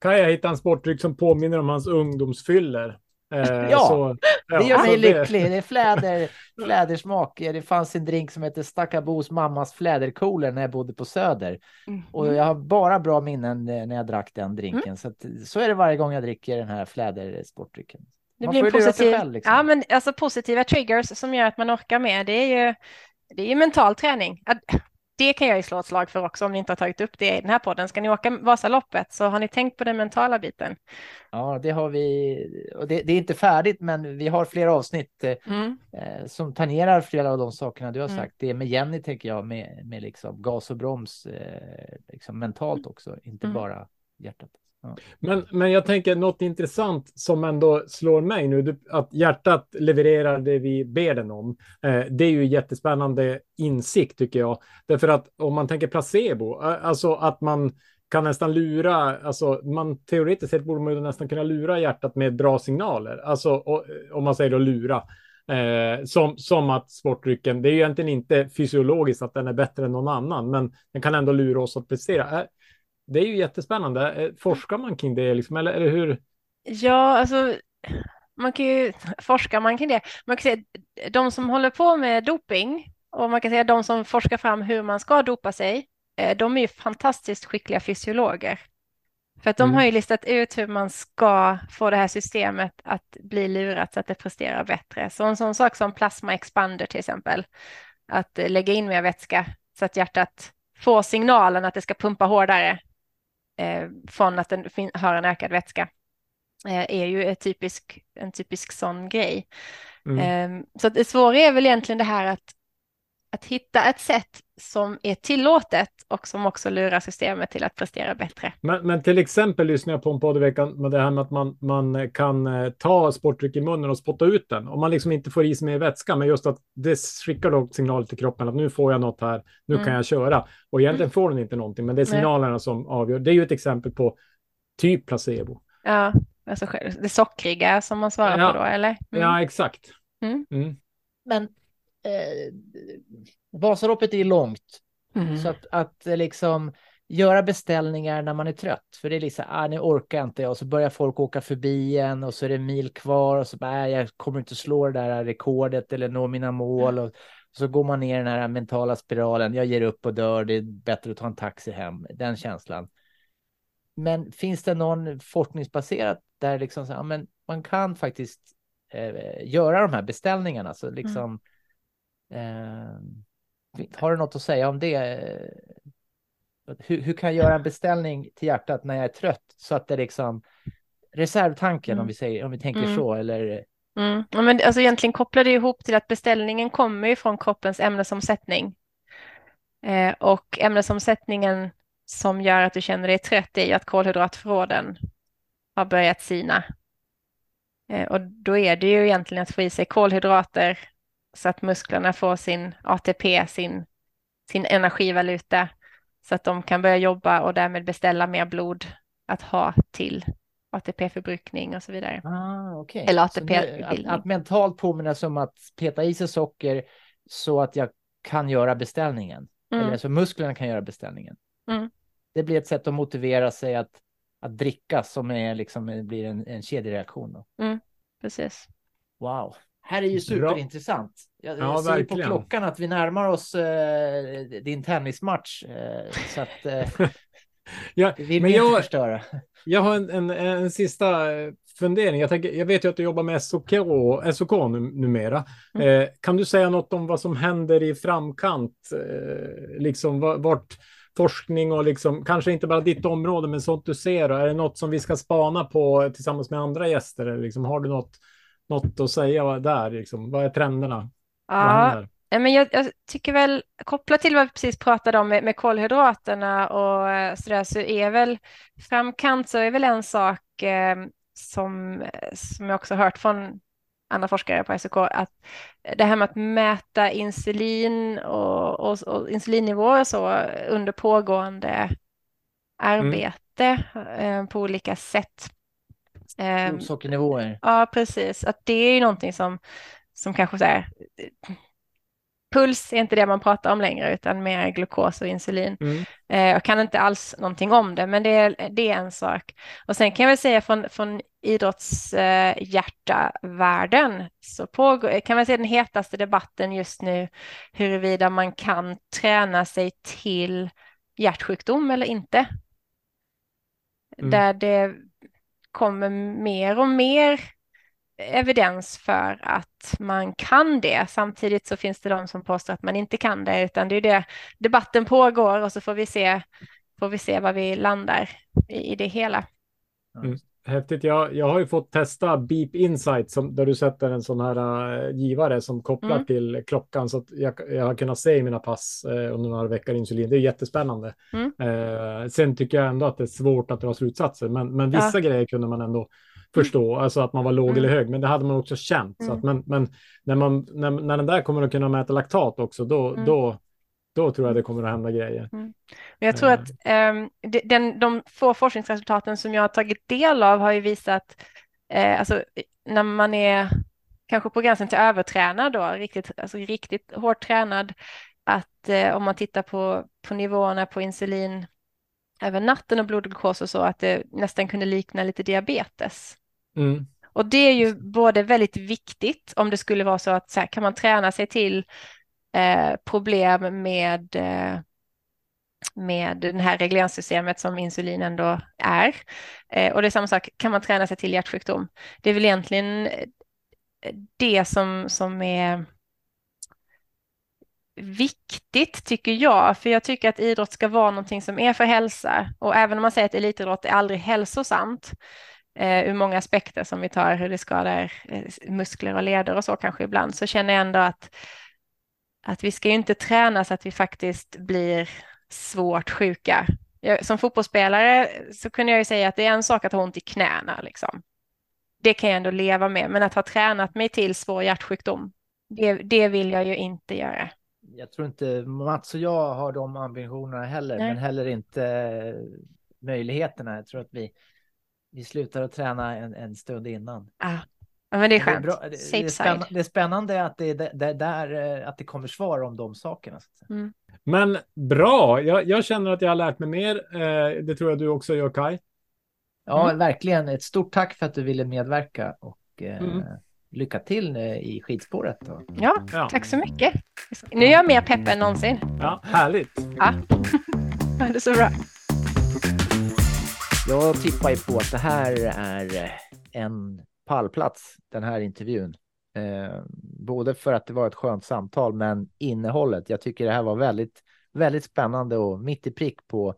Kaja hitta en sportdryck som påminner om hans ungdomsfyller. Eh, Ja, så, ja, Det gör så mig lycklig. Det är fläder, flädersmak. Det fanns en drink som heter Stackabos mammas flädercooler när jag bodde på Söder. Mm. Och jag har bara bra minnen eh, när jag drack den drinken. Mm. Så, att, så är det varje gång jag dricker den här flädersportdrycken. Det Man blir får en ju lura sig positiv, själv, liksom. ja, men alltså positiva triggers som gör att man orkar med. Det är ju, det är ju mental träning. Att- Det kan jag ju slå ett slag för också om ni inte har tagit upp det i den här podden. Ska ni åka Vasaloppet så har ni tänkt på den mentala biten. Ja, det har vi. Och det, det är inte färdigt, men vi har flera avsnitt eh, Mm. eh, som tangerar flera av de sakerna du har Mm. sagt. Det är med Jenny, tänker jag, med, med liksom gas och broms eh, liksom mentalt också, inte Mm. bara hjärtat. Ja. Men, men jag tänker något intressant som ändå slår mig nu, du- att hjärtat levererar det vi ber den om. Eh, det är ju jättespännande insikt tycker jag. Därför att om man tänker placebo, eh, alltså att man kan nästan lura, alltså man teoretiskt sett borde man ju nästan kunna lura hjärtat med bra signaler. Alltså och, om man säger då lura. Eh, som, som att sportdrycken, det är ju egentligen inte fysiologiskt att den är bättre än någon annan, men den kan ändå lura oss att prestera. Eh, det är ju jättespännande. Eh, Forskar man kring det liksom, eller, eller hur? Ja, alltså man kan ju forska man kring det. Man kan säga de som håller på med doping och man kan säga de som forskar fram hur man ska dopa sig, eh, de är ju fantastiskt skickliga fysiologer. För att de Mm. har ju listat ut hur man ska få det här systemet att bli lurat så att det presterar bättre. Så en sån sak som plasma expander till exempel, att eh, lägga in mer vätska så att hjärtat får signalen att det ska pumpa hårdare eh, från att den fin- har en ökad vätska. Eh, är ju ett typisk, en typisk sån grej. Mm. Eh, så att det svåra är väl egentligen det här att, att hitta ett sätt som är tillåtet och som också lurar systemet till att prestera bättre. Men, men till exempel lyssnar jag på en podd i veckan med det här med att man, man kan eh, ta sportdryck i munnen och spotta ut den. Om man liksom inte får i sig mer vätska, men just att det skickar då signaler till kroppen att nu får jag något här, nu Mm. kan jag köra. Och egentligen får den inte någonting, men det är Nej. signalerna som avgör. Det är ju ett exempel på typ placebo. Ja, alltså själv- det sockriga som man svarar Ja. på då, eller? Mm. Ja, exakt. Mm. Mm. Men eh, Vasaloppet är långt. Mm. Så att, att eh, liksom göra beställningar när man är trött. För det är liksom, ah, nu orkar jag inte. Och så börjar folk åka förbi en och så är det mil kvar. Och så bara, äh, jag kommer inte slå det där rekordet eller nå mina mål. Och så går man ner i den här mentala spiralen. Jag ger upp och dör. Det är bättre att ta en taxi hem. Den känslan. Men finns det någon forskningsbaserat där liksom så, ja, men man kan faktiskt eh, göra de här beställningarna. Så liksom, eh, har du något att säga om det? Hur, hur kan jag göra en beställning till hjärtat när jag är trött så att det liksom reservtanken Mm. om vi säger om vi tänker Mm. så eller Mm. Ja, men alltså egentligen kopplar det ihop till att beställningen kommer ju från kroppens ämnesomsättning. Eh, och ämnesomsättningen som gör att du känner dig trött är ju att kolhydratförråden har börjat sina. Eh, och då är det ju egentligen att få i sig kolhydrater så att musklerna får sin A T P, sin, sin energivaluta, så att de kan börja jobba och därmed beställa mer blod att ha till A T P-förbrukning och så vidare. ah, okej. Eller Så nu- A T P-bildning. att, att mentalt påminna sig om att peta i sig socker så att jag kan göra beställningen. Mm. Eller så musklerna kan göra beställningen. Mm. Det blir ett sätt att motivera sig att, att dricka som är liksom blir en, en kedjereaktion då. Precis. Wow. Här är ju superintressant. Jag, Ja, jag ser ju på verkligen. klockan att vi närmar oss eh, din tennismatch. Eh, så att eh, Ja, vi vill men ju inte jag, förstöra. jag har en, en, en sista eh, fundering. Jag, tänker, jag vet ju att du jobbar med S O K, S O K nu, numera. Mm. Eh, kan du säga något om vad som händer i framkant? Eh, liksom va- vart forskning och liksom, kanske inte bara ditt område, men sånt du ser. Då. Är det något som vi ska spana på tillsammans med andra gäster? Eller liksom, har du något, något att säga där? Liksom? Vad är trenderna? Vad Ja, händer? ja, men jag, jag tycker väl, kopplat till vad vi precis pratade om med, med kolhydraterna och eh, sådär, så är väl framkant så är väl en sak eh, som, som jag också hört från andra forskare på S O K, att det här med att mäta insulin och, och, och insulinnivåer och så under pågående arbete eh, på olika sätt. Eh, Blodsockernivåer. Ja, precis. Att det är ju någonting som, som kanske så här, puls är inte det man pratar om längre utan mer glukos och insulin. Mm. Eh, jag kan inte alls någonting om det, men det är, det är en sak. Och sen kan jag väl säga från, från idrottshjärtavärlden eh, så pågår, kan man säga den hetaste debatten just nu huruvida man kan träna sig till hjärtsjukdom eller inte. Mm. Där det kommer mer och mer evidens för att man kan det. Samtidigt så finns det de som påstår att man inte kan det, utan det är det debatten pågår och så får vi se, får vi se vad vi landar i, i det hela. Mm. Häftigt. Jag, jag har ju fått testa Beep Insight som, där du sätter en sån här uh, givare som kopplar Mm. till klockan så att jag, jag har kunnat se i mina pass uh, under några veckor insulin. Det är jättespännande. Mm. Uh, sen tycker jag ändå att det är svårt att dra slutsatser, men, men vissa Ja. grejer kunde man ändå förstå, alltså att man var låg Mm. eller hög, men det hade man också känt. Mm. Så att, men men när, man, när, när den där kommer att kunna mäta laktat också, då, Mm. då, då tror jag det kommer att hända grejer. Men jag tror att um, de, den, de få forskningsresultaten som jag har tagit del av har ju visat, eh, alltså när man är kanske på gränsen till övertränad då, riktigt, alltså riktigt hårt tränad, att eh, om man tittar på, på nivåerna på insulin över natten och blodglukos och så, att det nästan kunde likna lite diabetes. Mm. Och det är ju både väldigt viktigt om det skulle vara så att så här, kan man träna sig till eh, problem med, eh, med det här regleringssystemet som insulin ändå är. Eh, och det är samma sak, kan man träna sig till hjärtsjukdom? Det är väl egentligen det som, som är viktigt tycker jag, för jag tycker att idrott ska vara någonting som är för hälsa, och även om man säger att elitidrott är aldrig hälsosamt eh, ur många aspekter som vi tar, hur det skadar eh, muskler och leder och så kanske ibland, så känner jag ändå att, att vi ska ju inte träna så att vi faktiskt blir svårt sjuka. Jag, som fotbollsspelare så kunde jag ju säga att det är en sak att ha ont i knäna liksom. Det kan jag ändå leva med, men att ha tränat mig till svår hjärtsjukdom, det, det vill jag ju inte göra. Jag tror inte Mats och jag har de ambitionerna heller, Nej. men heller inte möjligheterna. Jag tror att vi, vi slutar att träna en, en stund innan. Ah. Ja, men det är skönt. Det är, bra, det, Safe det, är side. spännande, det är spännande att det, det, det, där, att det kommer svar om de sakerna. Så att säga. Mm. Men bra, jag, jag känner att jag har lärt mig mer. Eh, det tror jag du också gör, Kai. Ja, Mm. verkligen. Ett stort tack för att du ville medverka och eh, Mm. lycka till eh, i skidspåret. Då. Ja, Ja. tack så mycket. Nu är jag mer pepp än någonsin. Ja, härligt. Ja, det är så bra. Jag tippar ju på att det här är en pallplats, den här intervjun. Eh, både för att det var ett skönt samtal, men innehållet. Jag tycker det här var väldigt, väldigt spännande och mitt i prick på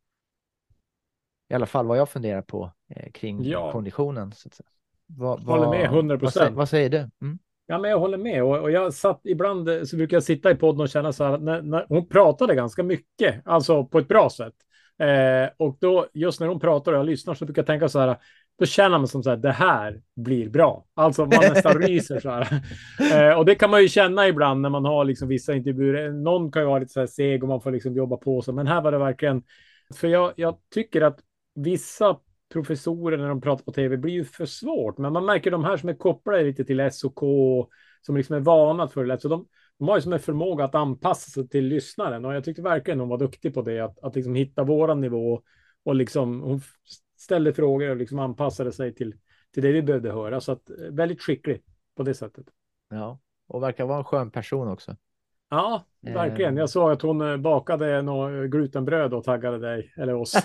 i alla fall vad jag funderar på eh, kring Ja. konditionen. Så att säga. Vad, Håller med hundra vad, säger, procent. vad säger du? Mm? Ja, men jag håller med. Och, och jag satt ibland eh, så brukar jag sitta i podden och känna så här, när, när hon pratade ganska mycket, alltså på ett bra sätt. Eh, och då, just när hon pratar och jag lyssnar så brukar jag tänka så här, då känner man som så här, det här blir bra. Alltså man nästan ryser så här. Eh, och det kan man ju känna ibland när man har liksom vissa intervjuer. Någon kan ju vara lite så här seg och man får liksom jobba på sig. Men här var det verkligen, för jag, jag tycker att vissa professorer när de pratar på tv blir ju för svårt. Men man märker de här som är kopplade lite till S O K, som liksom är vana att föreläsa. Så de, de har ju som en förmåga att anpassa sig till lyssnaren. Och jag tyckte verkligen hon var duktig på det. Att, att liksom hitta våran nivå. Och liksom hon ställde frågor och liksom anpassade sig till, till det vi behövde höra. Så att väldigt skicklig på det sättet. Ja, och verkar vara en skön person också. Ja, verkligen. Jag såg att hon bakade något glutenbröd och taggade dig, eller oss.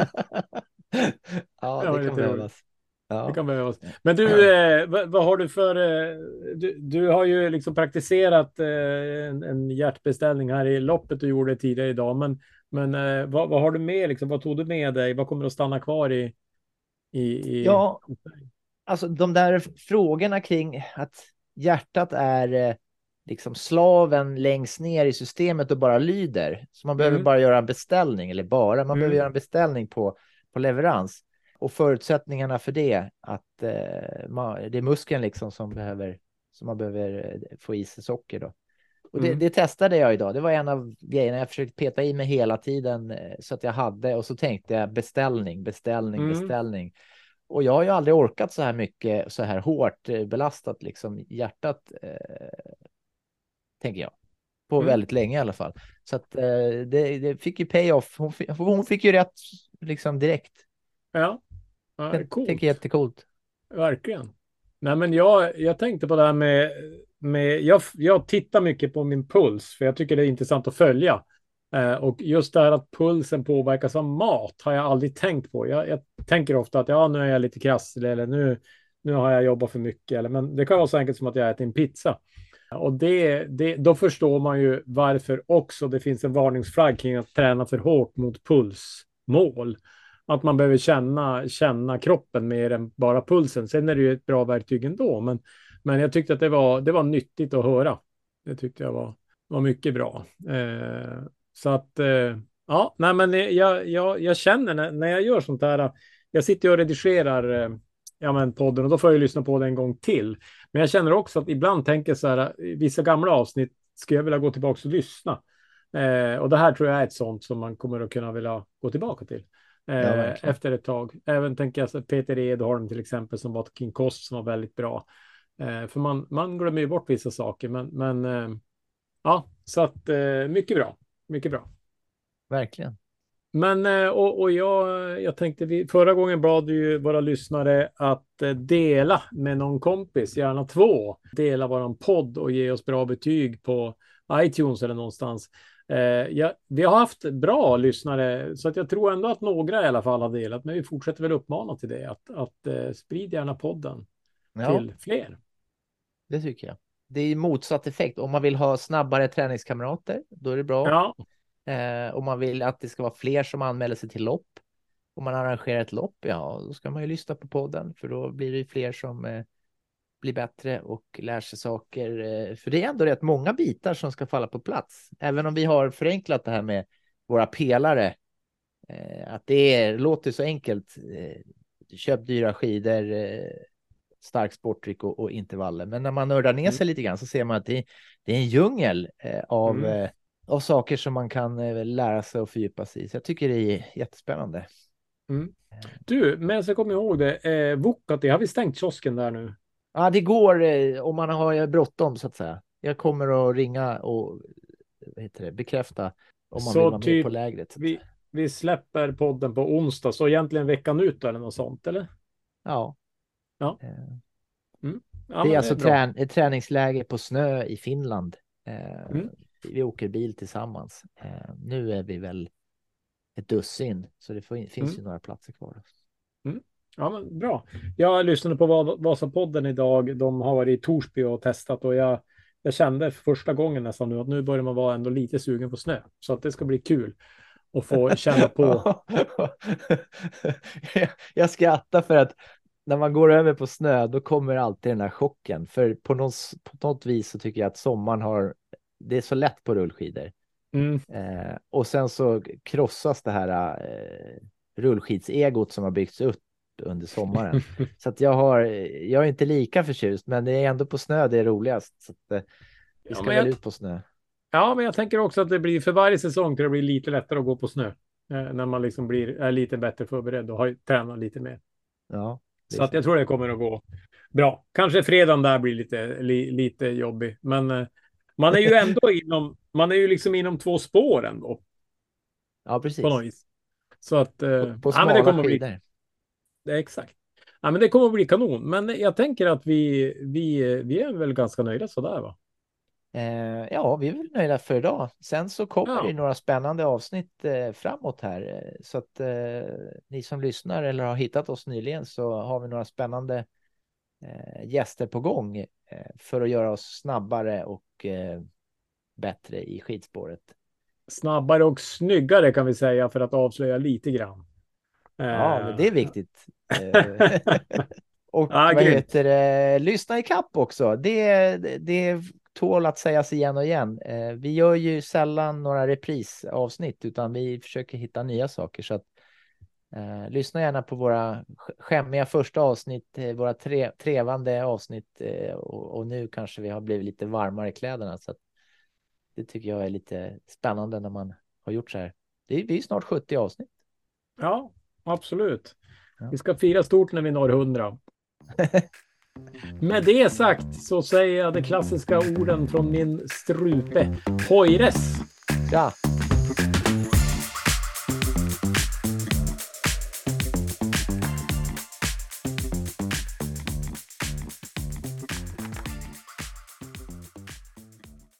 Ja, Ja, det lite kan behövas. Ja. Det kan behövas. Men du, eh, vad, vad har du för... Eh, du, du har ju liksom praktiserat eh, en, en hjärtbeställning här i loppet du gjorde tidigare idag. Men, men eh, vad, vad har du med? Liksom, vad tog du med dig? Vad kommer att stanna kvar i... i, i... Ja, alltså de där frågorna kring att hjärtat är eh, liksom slaven längst ner i systemet och bara lyder. Så man behöver Mm. bara göra en beställning, eller bara, man Mm. behöver göra en beställning på, på leverans. Och förutsättningarna för det, att eh, man, det är muskeln liksom som, behöver, som man behöver eh, få i sig socker då. Och det, Mm. det testade jag idag. Det var en av grejerna jag försökte peta i mig hela tiden eh, så att jag hade, och så tänkte jag beställning, beställning, Mm. beställning. Och jag har ju aldrig orkat så här mycket, så här hårt eh, belastat liksom hjärtat, eh, tänker jag. på Mm. väldigt länge i alla fall. Så att eh, det, det fick ju pay-off. Hon, fick- hon fick ju rätt liksom direkt. Ja, ja Det coolt. tycker jag är jättecoolt. Verkligen. Nej, men jag, jag tänkte på det här med, med jag, jag tittar mycket på min puls, för jag tycker det är intressant att följa. Eh, och just det här att pulsen påverkas av mat har jag aldrig tänkt på. Jag, jag tänker ofta att ja, nu är jag lite krasslig, eller nu, nu har jag jobbat för mycket. Eller, men det kan vara så enkelt som att jag äter en pizza. Och det, det, då förstår man ju varför också det finns en varningsflagg kring att träna för hårt mot pulsmål. Att man behöver känna, känna kroppen mer än bara pulsen. Sen är det ju ett bra verktyg ändå. Men, men jag tyckte att det var, det var nyttigt att höra. Det tyckte jag var, var mycket bra. Eh, så att, eh, ja, nej, men jag, jag, jag känner när, när jag gör sånt här. Jag sitter och redigerar eh, ja, men podden och då får jag lyssna på det en gång till. Men jag känner också att ibland tänker så här, vissa gamla avsnitt ska jag vilja gå tillbaka och lyssna. Eh, och det här tror jag är ett sånt som man kommer att kunna vilja gå tillbaka till. Ja, Eh, verkligen. efter ett tag. Även tänker jag så Peter Edholm till exempel som var King Kost som var väldigt bra. Eh, för man, man glömmer ju bort vissa saker. Men, men eh, ja, så att eh, mycket bra. Mycket bra. Verkligen. Men eh, och, och jag, jag tänkte vi, förra gången bad vi ju våra lyssnare att eh, dela med någon kompis, gärna två. Dela våran podd och ge oss bra betyg på iTunes eller någonstans. Eh, ja, vi har haft bra lyssnare så att jag tror ändå att några i alla fall har delat. Men vi fortsätter väl uppmana till det. Att, att eh, sprid gärna podden Ja, till fler. det tycker jag. Det är motsatt effekt. Om man vill ha snabbare träningskamrater, då är det bra. Ja, Eh, om man vill att det ska vara fler som anmäler sig till lopp. Om man arrangerar ett lopp, ja, då ska man ju lyssna på podden. För då blir det ju fler som eh, blir bättre och lär sig saker. Eh, för det är ändå rätt många bitar som ska falla på plats. Även om vi har förenklat det här med våra pelare. Eh, att det är, låter så enkelt. Eh, köp dyra skidor, eh, stark sportdryck och, och intervaller. Men när man nördar ner sig lite grann så ser man att det, det är en djungel eh, av... Mm. Eh, av saker som man kan eh, lära sig och fördjupa sig i. Så jag tycker det är jättespännande. mm. Du, men så kommer jag ihåg det. Eh, Vuokatti, har vi stängt kiosken där nu? Ja, det går eh, om man har bråttom så att säga. Jag kommer att ringa och vad heter det, bekräfta om man Så vill vara med typ på lägret. Vi, vi släpper podden på onsdag, så egentligen veckan ut eller något sånt, eller? Ja. Ja. Eh, Ja, det men är alltså bra. trän ett träningsläger på snö i Finland. Eh, Mm. Vi åker bil tillsammans. Eh, nu är vi väl ett dussin, så det får, finns Mm. ju några platser kvar. Ja, men bra. Jag lyssnade på Va- Vasapodden idag. De har varit i Torsby och testat och jag, jag kände för första gången nästan nu att nu börjar man vara ändå lite sugen på snö. Så att det ska bli kul att få känna på. jag, jag skrattar för att när man går över på snö då kommer alltid den här chocken. För på något, på något vis så tycker jag att sommaren har, det är så lätt på rullskidor. Mm. Eh, och sen så krossas det här eh, rullskidsegot som har byggts upp under sommaren. Så att jag har, jag är inte lika förtjust, men det är ändå på snö det är roligast. Så att, eh, vi Ja, ska men väl jag- ut på snö. Ja, men jag tänker också att det blir för varje säsong till det blir lite lättare att gå på snö. Eh, när man liksom blir, är lite bättre förberedd och har tränat lite mer. Ja, det är Så att jag tror det kommer att gå bra. Kanske fredagen där blir lite, li, lite jobbig. Men eh, man är ju ändå inom, man är ju liksom inom två spår ändå. ja, precis. På något vis. Så att, eh, På, på ja, smala men det kommer att bli, skidor. det är exakt. Ja, men det kommer att bli kanon. Men jag tänker att vi, vi, vi är väl ganska nöjda sådär va? Eh, ja, vi är väl nöjda för idag. Sen så kommer Ja. det några spännande avsnitt eh, framåt här. Eh, Så att eh, ni som lyssnar eller har hittat oss nyligen så har vi några spännande eh, gäster på gång eh, för att göra oss snabbare och eh, bättre i skidspåret. Snabbare och snyggare kan vi säga för att avslöja lite grann. Ja, Eh, men det är viktigt. Eh, och Ja, vad grymt. heter det? Lyssna i kapp också. Det, det, det tål att sägas igen och igen. Eh, vi gör ju sällan några reprisavsnitt utan vi försöker hitta nya saker. Så att, eh, lyssna gärna på våra sk- skämmiga första avsnitt, eh, våra tre, trevande avsnitt eh, och, och nu kanske vi har blivit lite varmare i kläderna. Så att, det tycker jag är lite spännande när man har gjort så här. Det är, vi är snart sjuttio avsnitt. Ja, absolut. Ja. Vi ska fira stort när vi når hundra. Med det sagt så säger jag de klassiska orden från min strupe. Hoires! Ja.